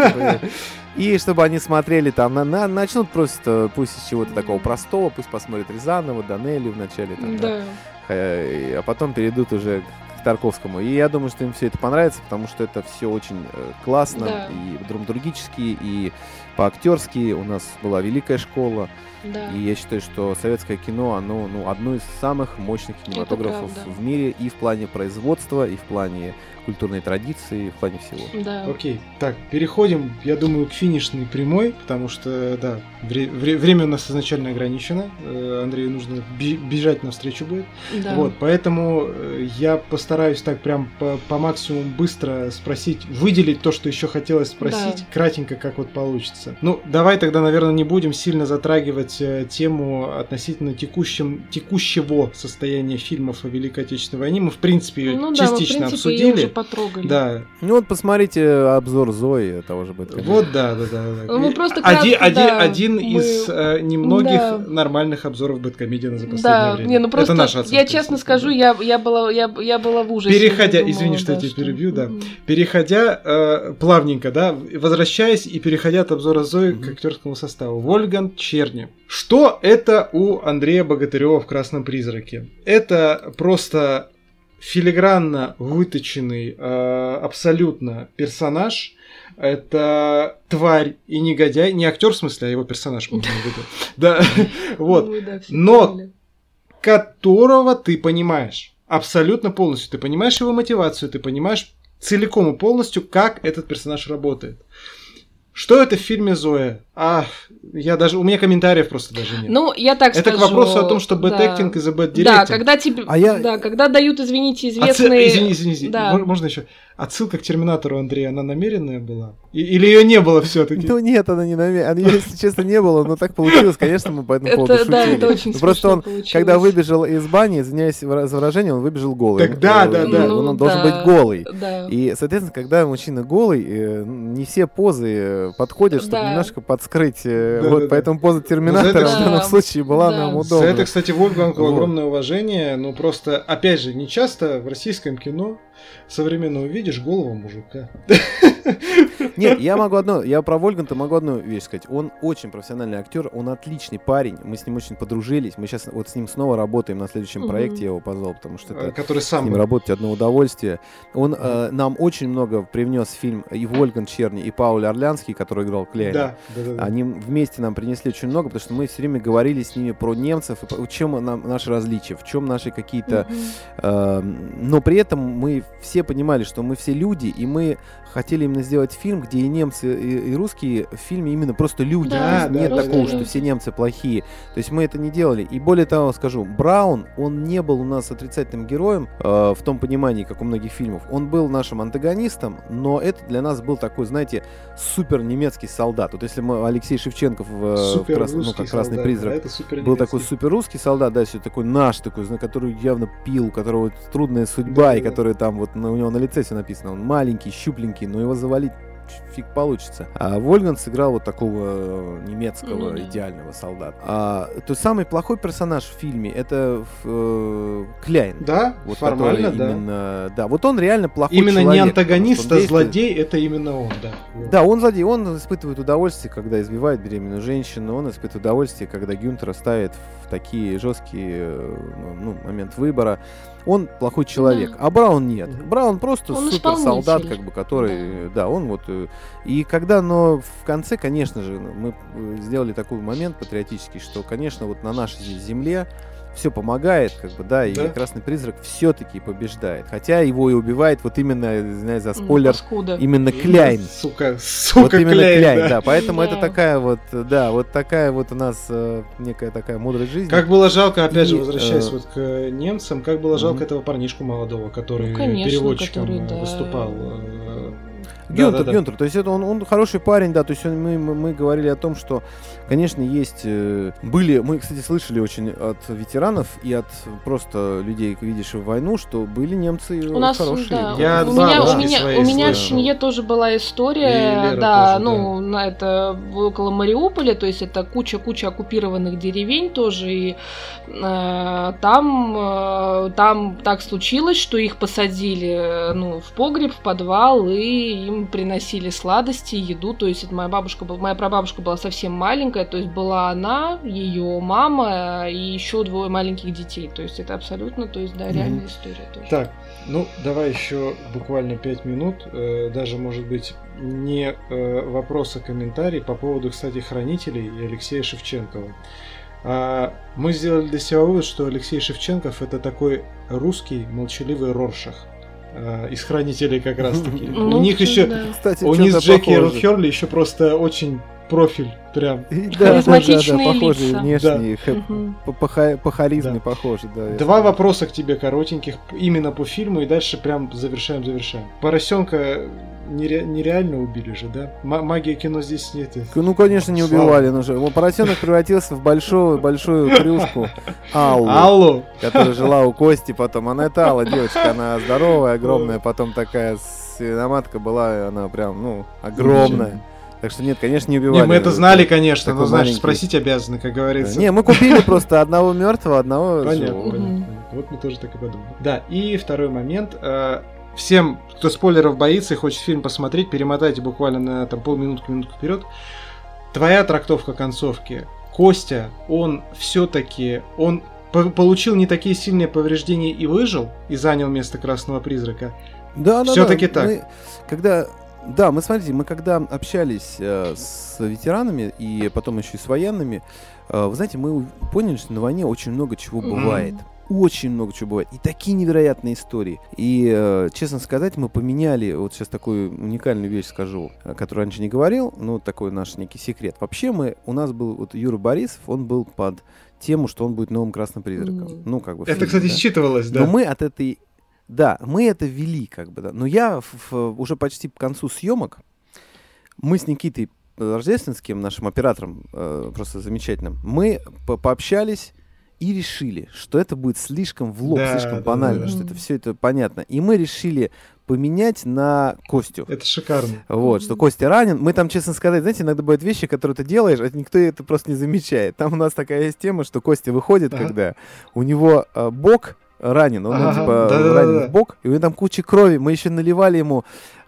и чтобы они смотрели там, начнут просто, пусть из чего-то такого простого, пусть посмотрят Рязанова, Данелию в начале, там, а потом перейдут уже к Тарковскому. И я думаю, что им все это понравится, потому что это все очень классно, и драматургически, и по-актерски. У нас была великая школа. Да. И я считаю, что советское кино, оно одно из самых мощных кинематографов в мире и в плане производства, и в плане культурной традиции, и в плане всего. Да. Окей, так, переходим, я думаю, к финишной прямой, потому что, да, время у нас изначально ограничено, Андрею нужно бежать навстречу будет. Да. Вот, поэтому я постараюсь так прям по максимуму быстро спросить, выделить то, что еще хотелось спросить, кратенько, как вот получится. Ну, давай тогда, наверное, не будем сильно затрагивать тему относительно текущего состояния фильмов о Великой Отечественной войне. Мы, в принципе, ее частично обсудили. Ее уже потрогали. Да. Ну вот посмотрите обзор Зои того же Бэткомедиана. Вот, да. Мы просто кратко, один из немногих нормальных обзоров Бэткомедиана за последнее время. Не, просто это наша оценка. Я честно скажу, я была в ужасе. Переходя, извини, что я тебя перебью, да. Переходя плавненько, да, возвращаясь и переходя от обзора Зои к актерскому составу. Вольфганг Черни. Что это у Андрея Богатырева в «Красном призраке»? Это просто филигранно выточенный абсолютно персонаж. Это тварь и негодяй. Не актер в смысле, а его персонаж. Да, вот. Но которого ты понимаешь. Абсолютно полностью. Ты понимаешь его мотивацию, ты понимаешь целиком и полностью, как этот персонаж работает. Что это в фильме «Зоя»? У меня комментариев просто даже нет. Ну, я так скажу. Это к вопросу о том, что бэд-эктинг и за бэд-директинг. Да, когда тебе... когда дают, извините, известные... Извини. Да. Можно еще? Отсылка к «Терминатору», Андрей, она намеренная была? Или ее не было все-таки? Ну нет, она не намеренная. Если честно, не было, но так получилось. Конечно, мы по этому поводу шутили. Да, это очень просто он, когда выбежал из бани, извиняюсь за выражение, он выбежал голый. Так да. Он должен быть голый. И, соответственно, когда мужчина голый, не все позы подходят, чтобы немножко подскрыть. Вот, поэтому поза «Терминатора» в данном случае была нам удобна. За это, кстати, Вольфгангу огромное уважение. Ну, просто, опять же, не часто в российском кино современно увидишь голого мужика. Нет, я про Вольфганга могу одну вещь сказать. Он очень профессиональный актер, он отличный парень, мы с ним очень подружились, мы сейчас вот с ним снова работаем на следующем проекте, я его позвал, потому что это с ним работать одно удовольствие. Он нам очень много привнес в фильм и Вольфганг Черни, и Пауль Орлянский, который играл Кляйна. Да. Они вместе нам принесли очень много, потому что мы все время говорили с ними про немцев, в чем наши различия, в чем наши какие-то... Но при этом мы все понимали, что мы все люди, и мы хотели именно сделать фильм, где и немцы, и русские в фильме именно просто люди. Нет такого, что все немцы плохие. То есть мы это не делали. И более того скажу, Браун, он не был у нас отрицательным героем в том понимании, как у многих фильмов. Он был нашим антагонистом, но это для нас был такой, знаете, супер немецкий солдат. Вот если мы Алексей Шевченков как «Красный призрак» был такой супер русский солдат, да, все такой наш, такой, который явно пил, у которого трудная судьба, и который там вот у него на лице все написано. Он маленький, щупленький, но его завалить фиг получится. А Вольфганг сыграл вот такого немецкого идеального солдата. То есть самый плохой персонаж в фильме это Кляйн. Да, вот, формально, да. Именно, да, вот он реально плохой именно человек. Именно не антагонист, а злодей, это именно он, да. Да, он злодей, он испытывает удовольствие, когда избивает беременную женщину, он испытывает удовольствие, когда Гюнтера ставит в такие жесткие момент выбора. Он плохой человек, а Браун нет. Браун просто супер солдат, как бы, который, он вот. И когда, но в конце, конечно же, мы сделали такой момент патриотический, что, конечно, вот на нашей земле все помогает, как бы, да, и Красный призрак все-таки побеждает. Хотя его и убивает вот именно, знаешь, за спойлер, именно Кляйн. Сука, вот именно Кляйн, да. Поэтому это такая вот, вот такая вот у нас некая такая мудрость жизни. Как было жалко, опять же, возвращаясь вот к немцам, как было жалко этого парнишку молодого, который переводчиком выступал. Гюнтер, то есть это он хороший парень, да, то есть мы говорили о том, что, конечно, есть, мы, кстати, слышали очень от ветеранов и от просто людей, видевших войну, что были немцы у нас, хорошие. Да. У меня в семье тоже была история, это около Мариуполя, то есть это куча оккупированных деревень тоже, и там так случилось, что их посадили в погреб, в подвал, и им им приносили сладости, еду, то есть это моя прабабушка была совсем маленькая, то есть была она, ее мама и еще 2 маленьких детей, то есть это абсолютно, то есть, да, реальная история тоже. Так, ну, давай еще буквально 5 минут, даже, может быть, не вопрос, а комментарий по поводу, кстати, «Хранителей» и Алексея Шевченкова. Мы сделали для себя вывод, что Алексей Шевченков — это такой русский молчаливый Роршах из «Хранителей» как раз-таки. У них еще, у них с Джеки Херли еще просто очень профиль прям. Харизматичные похожие внешне, по харизме похожи. 2 вопроса к тебе коротеньких именно по фильму, и дальше прям завершаем. Поросенка нереально убили же, да? Магия кино здесь нет. Ну, конечно, не убивали. Поросенок превратился в большую крюшку Аллу, которая жила у Кости потом. Она это Алла, девочка, она здоровая, огромная, потом такая свиноматка была, она прям, огромная. Так что нет, конечно, не убивали. Не, мы это знали, конечно, но, знаешь, спросить обязаны, как говорится. Не, мы купили просто одного мертвого, одного живого. Понятно. Вот мы тоже так и подумали. Да, и второй момент. Всем, кто спойлеров боится и хочет фильм посмотреть, перемотайте буквально на полминутку вперед. Твоя трактовка концовки. Костя, он все-таки, он получил не такие сильные повреждения и выжил, и занял место Красного Призрака. Да, все-таки так. Мы когда общались с ветеранами и потом еще и с военными, вы знаете, мы поняли, что на войне очень много чего бывает. Очень много чего бывает. И такие невероятные истории. И, честно сказать, мы поменяли, вот сейчас такую уникальную вещь скажу, которую раньше не говорил, такой наш некий секрет. Вообще у нас был Юра Борисов, он был под тему, что он будет новым Красным Призраком. Это, кстати, считывалось, да? Но мы от этой... Да, мы это вели, да. Но я уже почти к концу съемок, мы с Никитой Рождественским, нашим оператором, просто замечательным, мы пообщались и решили, что это будет слишком в лоб, слишком банально, что это все это понятно. И мы решили поменять на Костю. Это шикарно. Вот, что Костя ранен. Мы там, честно сказать, знаете, иногда бывают вещи, которые ты делаешь, а никто это просто не замечает. Там у нас такая есть тема, что Костя выходит, когда у него бок ранен, он ранен в бок, и у него там куча крови, мы еще наливали ему,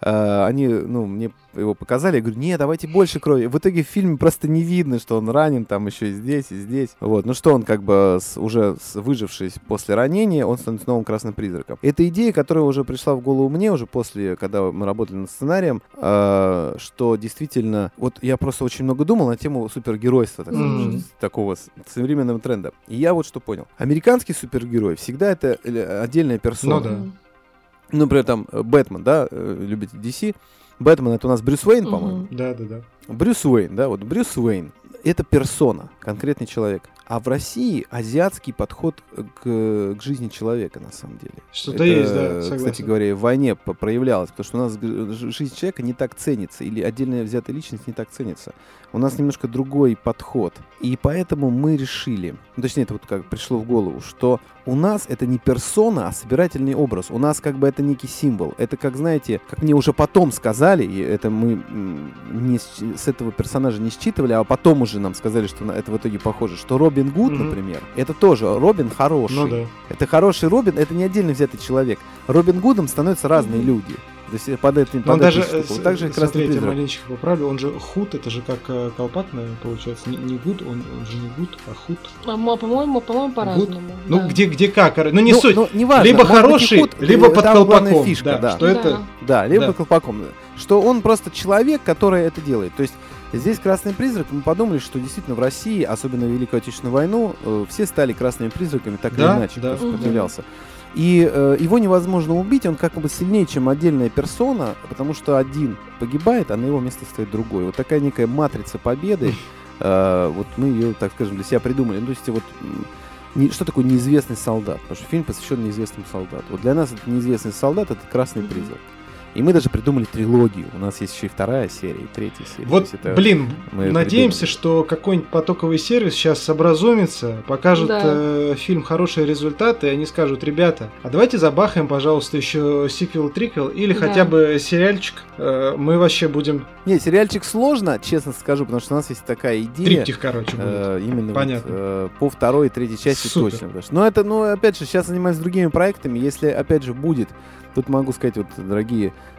мне его показали, я говорю, нет, давайте больше крови. В итоге в фильме просто не видно, что он ранен, там еще и здесь, и здесь. Вот, что он уже выжившись после ранения, он становится новым Красным Призраком. Это идея, которая уже пришла в голову мне, уже после, когда мы работали над сценарием, что действительно, я просто очень много думал на тему супергеройства, такого современного тренда. И я вот что понял. Американский супергерой всегда это отдельная персона. Например, там Бэтмен, да, любите DC. Бэтмен — это у нас Брюс Уэйн, по-моему. Да. Брюс Уэйн, да, Брюс Уэйн — это персона, конкретный человек. А в России азиатский подход к жизни человека, на самом деле. Что-то есть, да, согласен. Кстати говоря, в войне проявлялось, потому что у нас жизнь человека не так ценится, или отдельная взятая личность не так ценится. У нас немножко другой подход. И поэтому мы решили, точнее, это как пришло в голову, что у нас это не персона, а собирательный образ. У нас это некий символ. Это знаете, как мне уже потом сказали, и это мы с этого персонажа не считывали, а потом уже нам сказали, что это в итоге похоже, что Робин Гуд, например, это тоже Робин хороший. Это хороший Робин, это не отдельно взятый человек. Робин Гудом становятся разные люди. То есть под этим штуку. Также Красный Призрак. Я маленечко поправлю, он же Худ, это же как колпак, наверное, получается. Не Гуд, он же не Гуд, а Худ. По-моему, по-разному. Ну, где как, не суть. Неважно. Либо хороший, Худ, либо под колпаком. Фишка, да. Что это? Да, либо под колпаком. Что он просто человек, который это делает. То есть здесь Красный Призрак, мы подумали, что действительно в России, особенно в Великую Отечественную войну, все стали Красными Призраками, так или иначе, кто сопротивлялся. И его невозможно убить, он сильнее, чем отдельная персона, потому что один погибает, а на его место стоит другой. Вот такая некая матрица победы, вот мы ее, так скажем, для себя придумали. То есть что такое неизвестный солдат? Потому что фильм посвящен неизвестному солдату. Вот для нас это неизвестный солдат, это Красный Призрак. И мы даже придумали трилогию. У нас есть еще и 2 серия, и 3 серия. Вот, надеемся, что какой-нибудь потоковый сервис сейчас образумится, покажет фильм хорошие результаты, и они скажут, ребята, а давайте забахаем, пожалуйста, еще сиквел-триквел, или хотя бы сериальчик. Мы вообще будем... Не, сериальчик сложно, честно скажу, потому что у нас есть такая идея. Триптих, будет. Именно понятно. По 2 и 3 части. Супер. Точно. Но это, опять же, сейчас занимаюсь другими проектами. Если, опять же, будет... Тут могу сказать, дорогие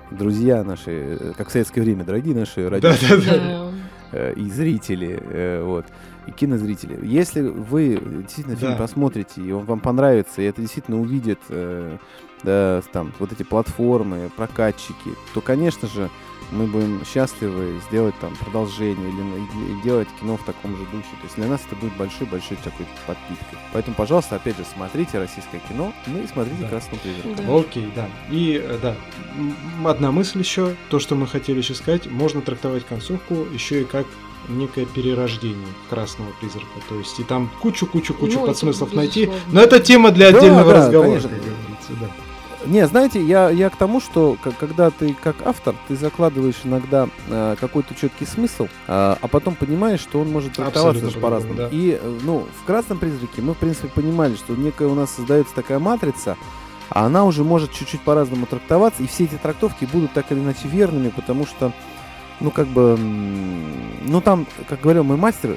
друзья наши, как в советское время, дорогие наши родители и зрители, вот, и кинозрители. Если вы действительно фильм посмотрите, и он вам понравится, и это действительно увидит там вот эти платформы, прокатчики, то, конечно же, мы будем счастливы сделать там продолжение или делать кино в таком же духе. То есть для нас это будет большой-большой такой подпиской. Поэтому, пожалуйста, опять же, смотрите российское кино, ну и смотрите «Красного призрака». Да. Окей, да. И одна мысль еще, то, что мы хотели еще сказать, можно трактовать концовку еще и как некое перерождение «Красного призрака». То есть и там кучу подсмыслов найти. Но это тема для отдельного разговора, конечно. Как говорится, да. Не, знаете, я к тому, что когда ты как автор, ты закладываешь иногда какой-то четкий смысл, а потом понимаешь, что он может трактоваться даже по-разному. Да. И в «Красном призраке» мы, в принципе, понимали, что некая у нас создается такая матрица, а она уже может чуть-чуть по-разному трактоваться, и все эти трактовки будут так или иначе верными, потому что там, как говорил мой мастер,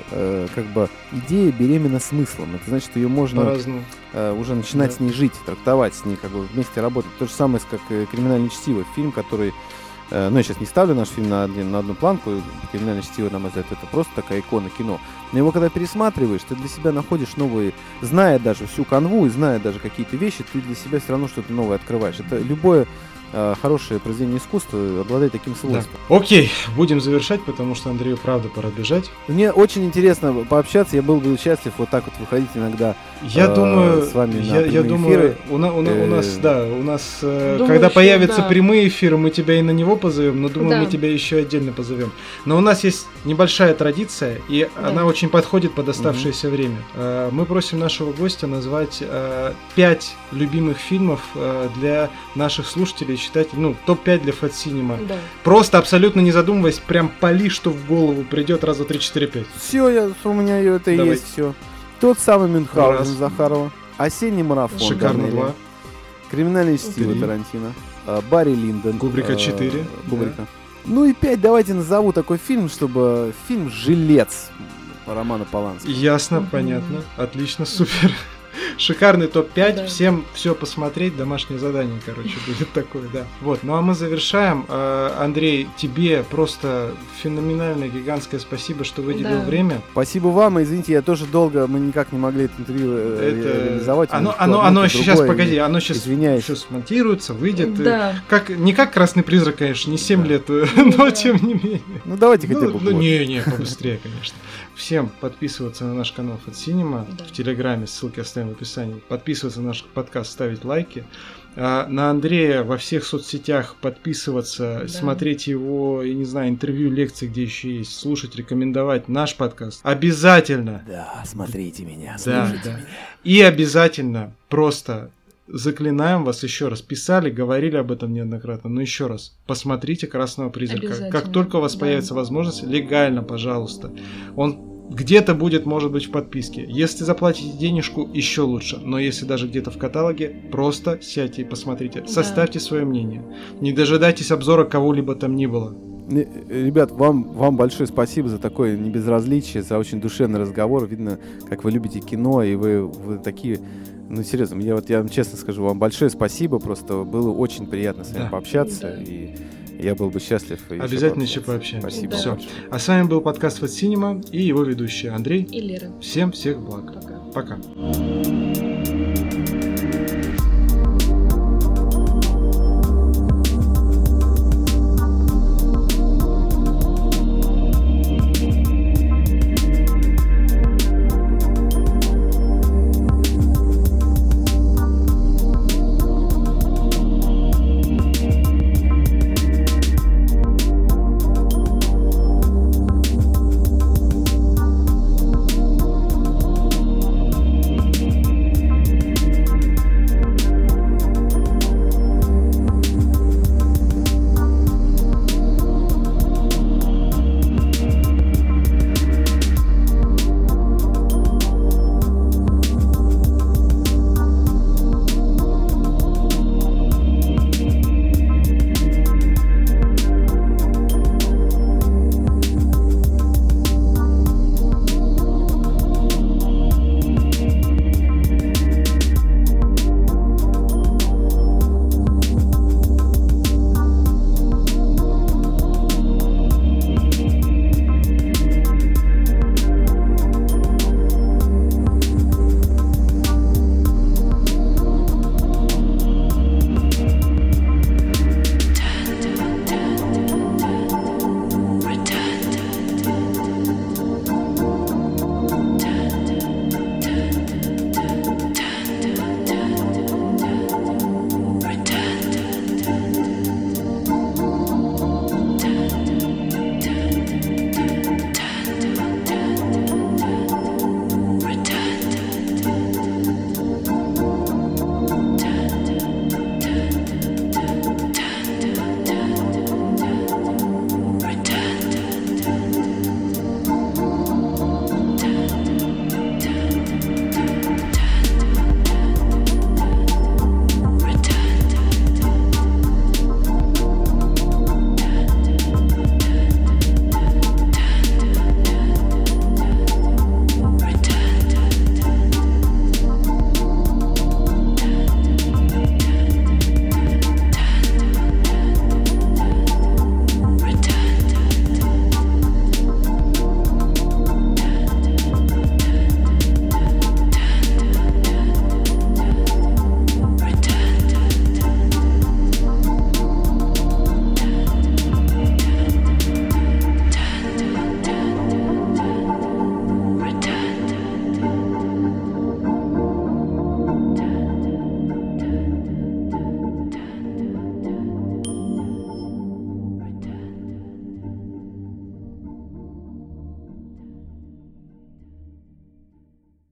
идея беременна смыслом. Это значит, что ее можно уже начинать с ней жить, трактовать с ней, вместе работать. То же самое, как «Криминальное чтиво», фильм, который... я сейчас не ставлю наш фильм на одну планку. «Криминальное чтиво», на мой взгляд, это просто такая икона кино. Но его когда пересматриваешь, ты для себя находишь новые... Зная даже всю канву и зная даже какие-то вещи, ты для себя все равно что-то новое открываешь. Это любое... хорошее произведение искусства обладает таким свойством. Да. Окей, будем завершать, потому что Андрею правда пора бежать. Мне очень интересно пообщаться, я был бы счастлив вот так вот выходить иногда с вами на прямые эфиры. У нас, когда появятся прямые эфиры, мы тебя и на него позовем, но думаю, мы тебя еще отдельно позовем. Но у нас есть небольшая традиция, и она очень подходит под оставшееся время. Мы просим нашего гостя назвать 5 любимых фильмов для наших слушателей, читателей, топ-5 для Fat Cinema. Да. Просто абсолютно не задумываясь, прям пали, что в голову придет, раз, два, три, 4, 5. Все, у меня это и есть все. Тот самый Мюнхгаузен Захарова, «Осенний марафон». Шикарно, 2. «Криминальное чтиво» Тарантино. Барри Линдон. Кубрика 4. Кубрика. И 5 давайте назову такой фильм, чтобы фильм «Жилец» Романа Полански. Ясно, понятно. Отлично, супер. Шикарный топ-5, да. Всем все посмотреть, домашнее задание, будет такое, да. Вот, а мы завершаем. Андрей, тебе просто феноменальное, гигантское спасибо, что выделил время. Спасибо вам, извините, я тоже долго, мы никак не могли это интервью реализовать. Оно сейчас, погоди, оно сейчас еще смонтируется, выйдет. Да. Не как «Красный призрак», конечно, не 7 лет, но тем не менее. Давайте хотя бы. Не, побыстрее, конечно. Всем подписываться на наш канал Fat Cinema в Телеграме, ссылки оставим в описании. Подписываться на наш подкаст, ставить лайки. На Андрея во всех соцсетях подписываться, смотреть его, интервью, лекции, где еще есть, слушать, рекомендовать наш подкаст. Обязательно. Да, смотрите меня, слушайте меня. И обязательно просто... Заклинаем вас еще раз. Писали, говорили об этом неоднократно, но еще раз. Посмотрите «Красного призрака». Как только у вас появится возможность, легально, пожалуйста. Он где-то будет, может быть, в подписке. Если заплатите денежку, еще лучше. Но если даже где-то в каталоге, просто сядьте и посмотрите. Составьте свое мнение. Не дожидайтесь обзора кого-либо там ни было. Ребят, вам большое спасибо за такое небезразличие, за очень душевный разговор. Видно, как вы любите кино, и вы такие... серьезно, я вам честно скажу, вам большое спасибо, просто было очень приятно с вами пообщаться, и я был бы счастлив. Обязательно еще пообщаемся. Спасибо. Все. А с вами был подкаст Fat Cinema и его ведущие Андрей и Лера. Всем всех благ. Пока.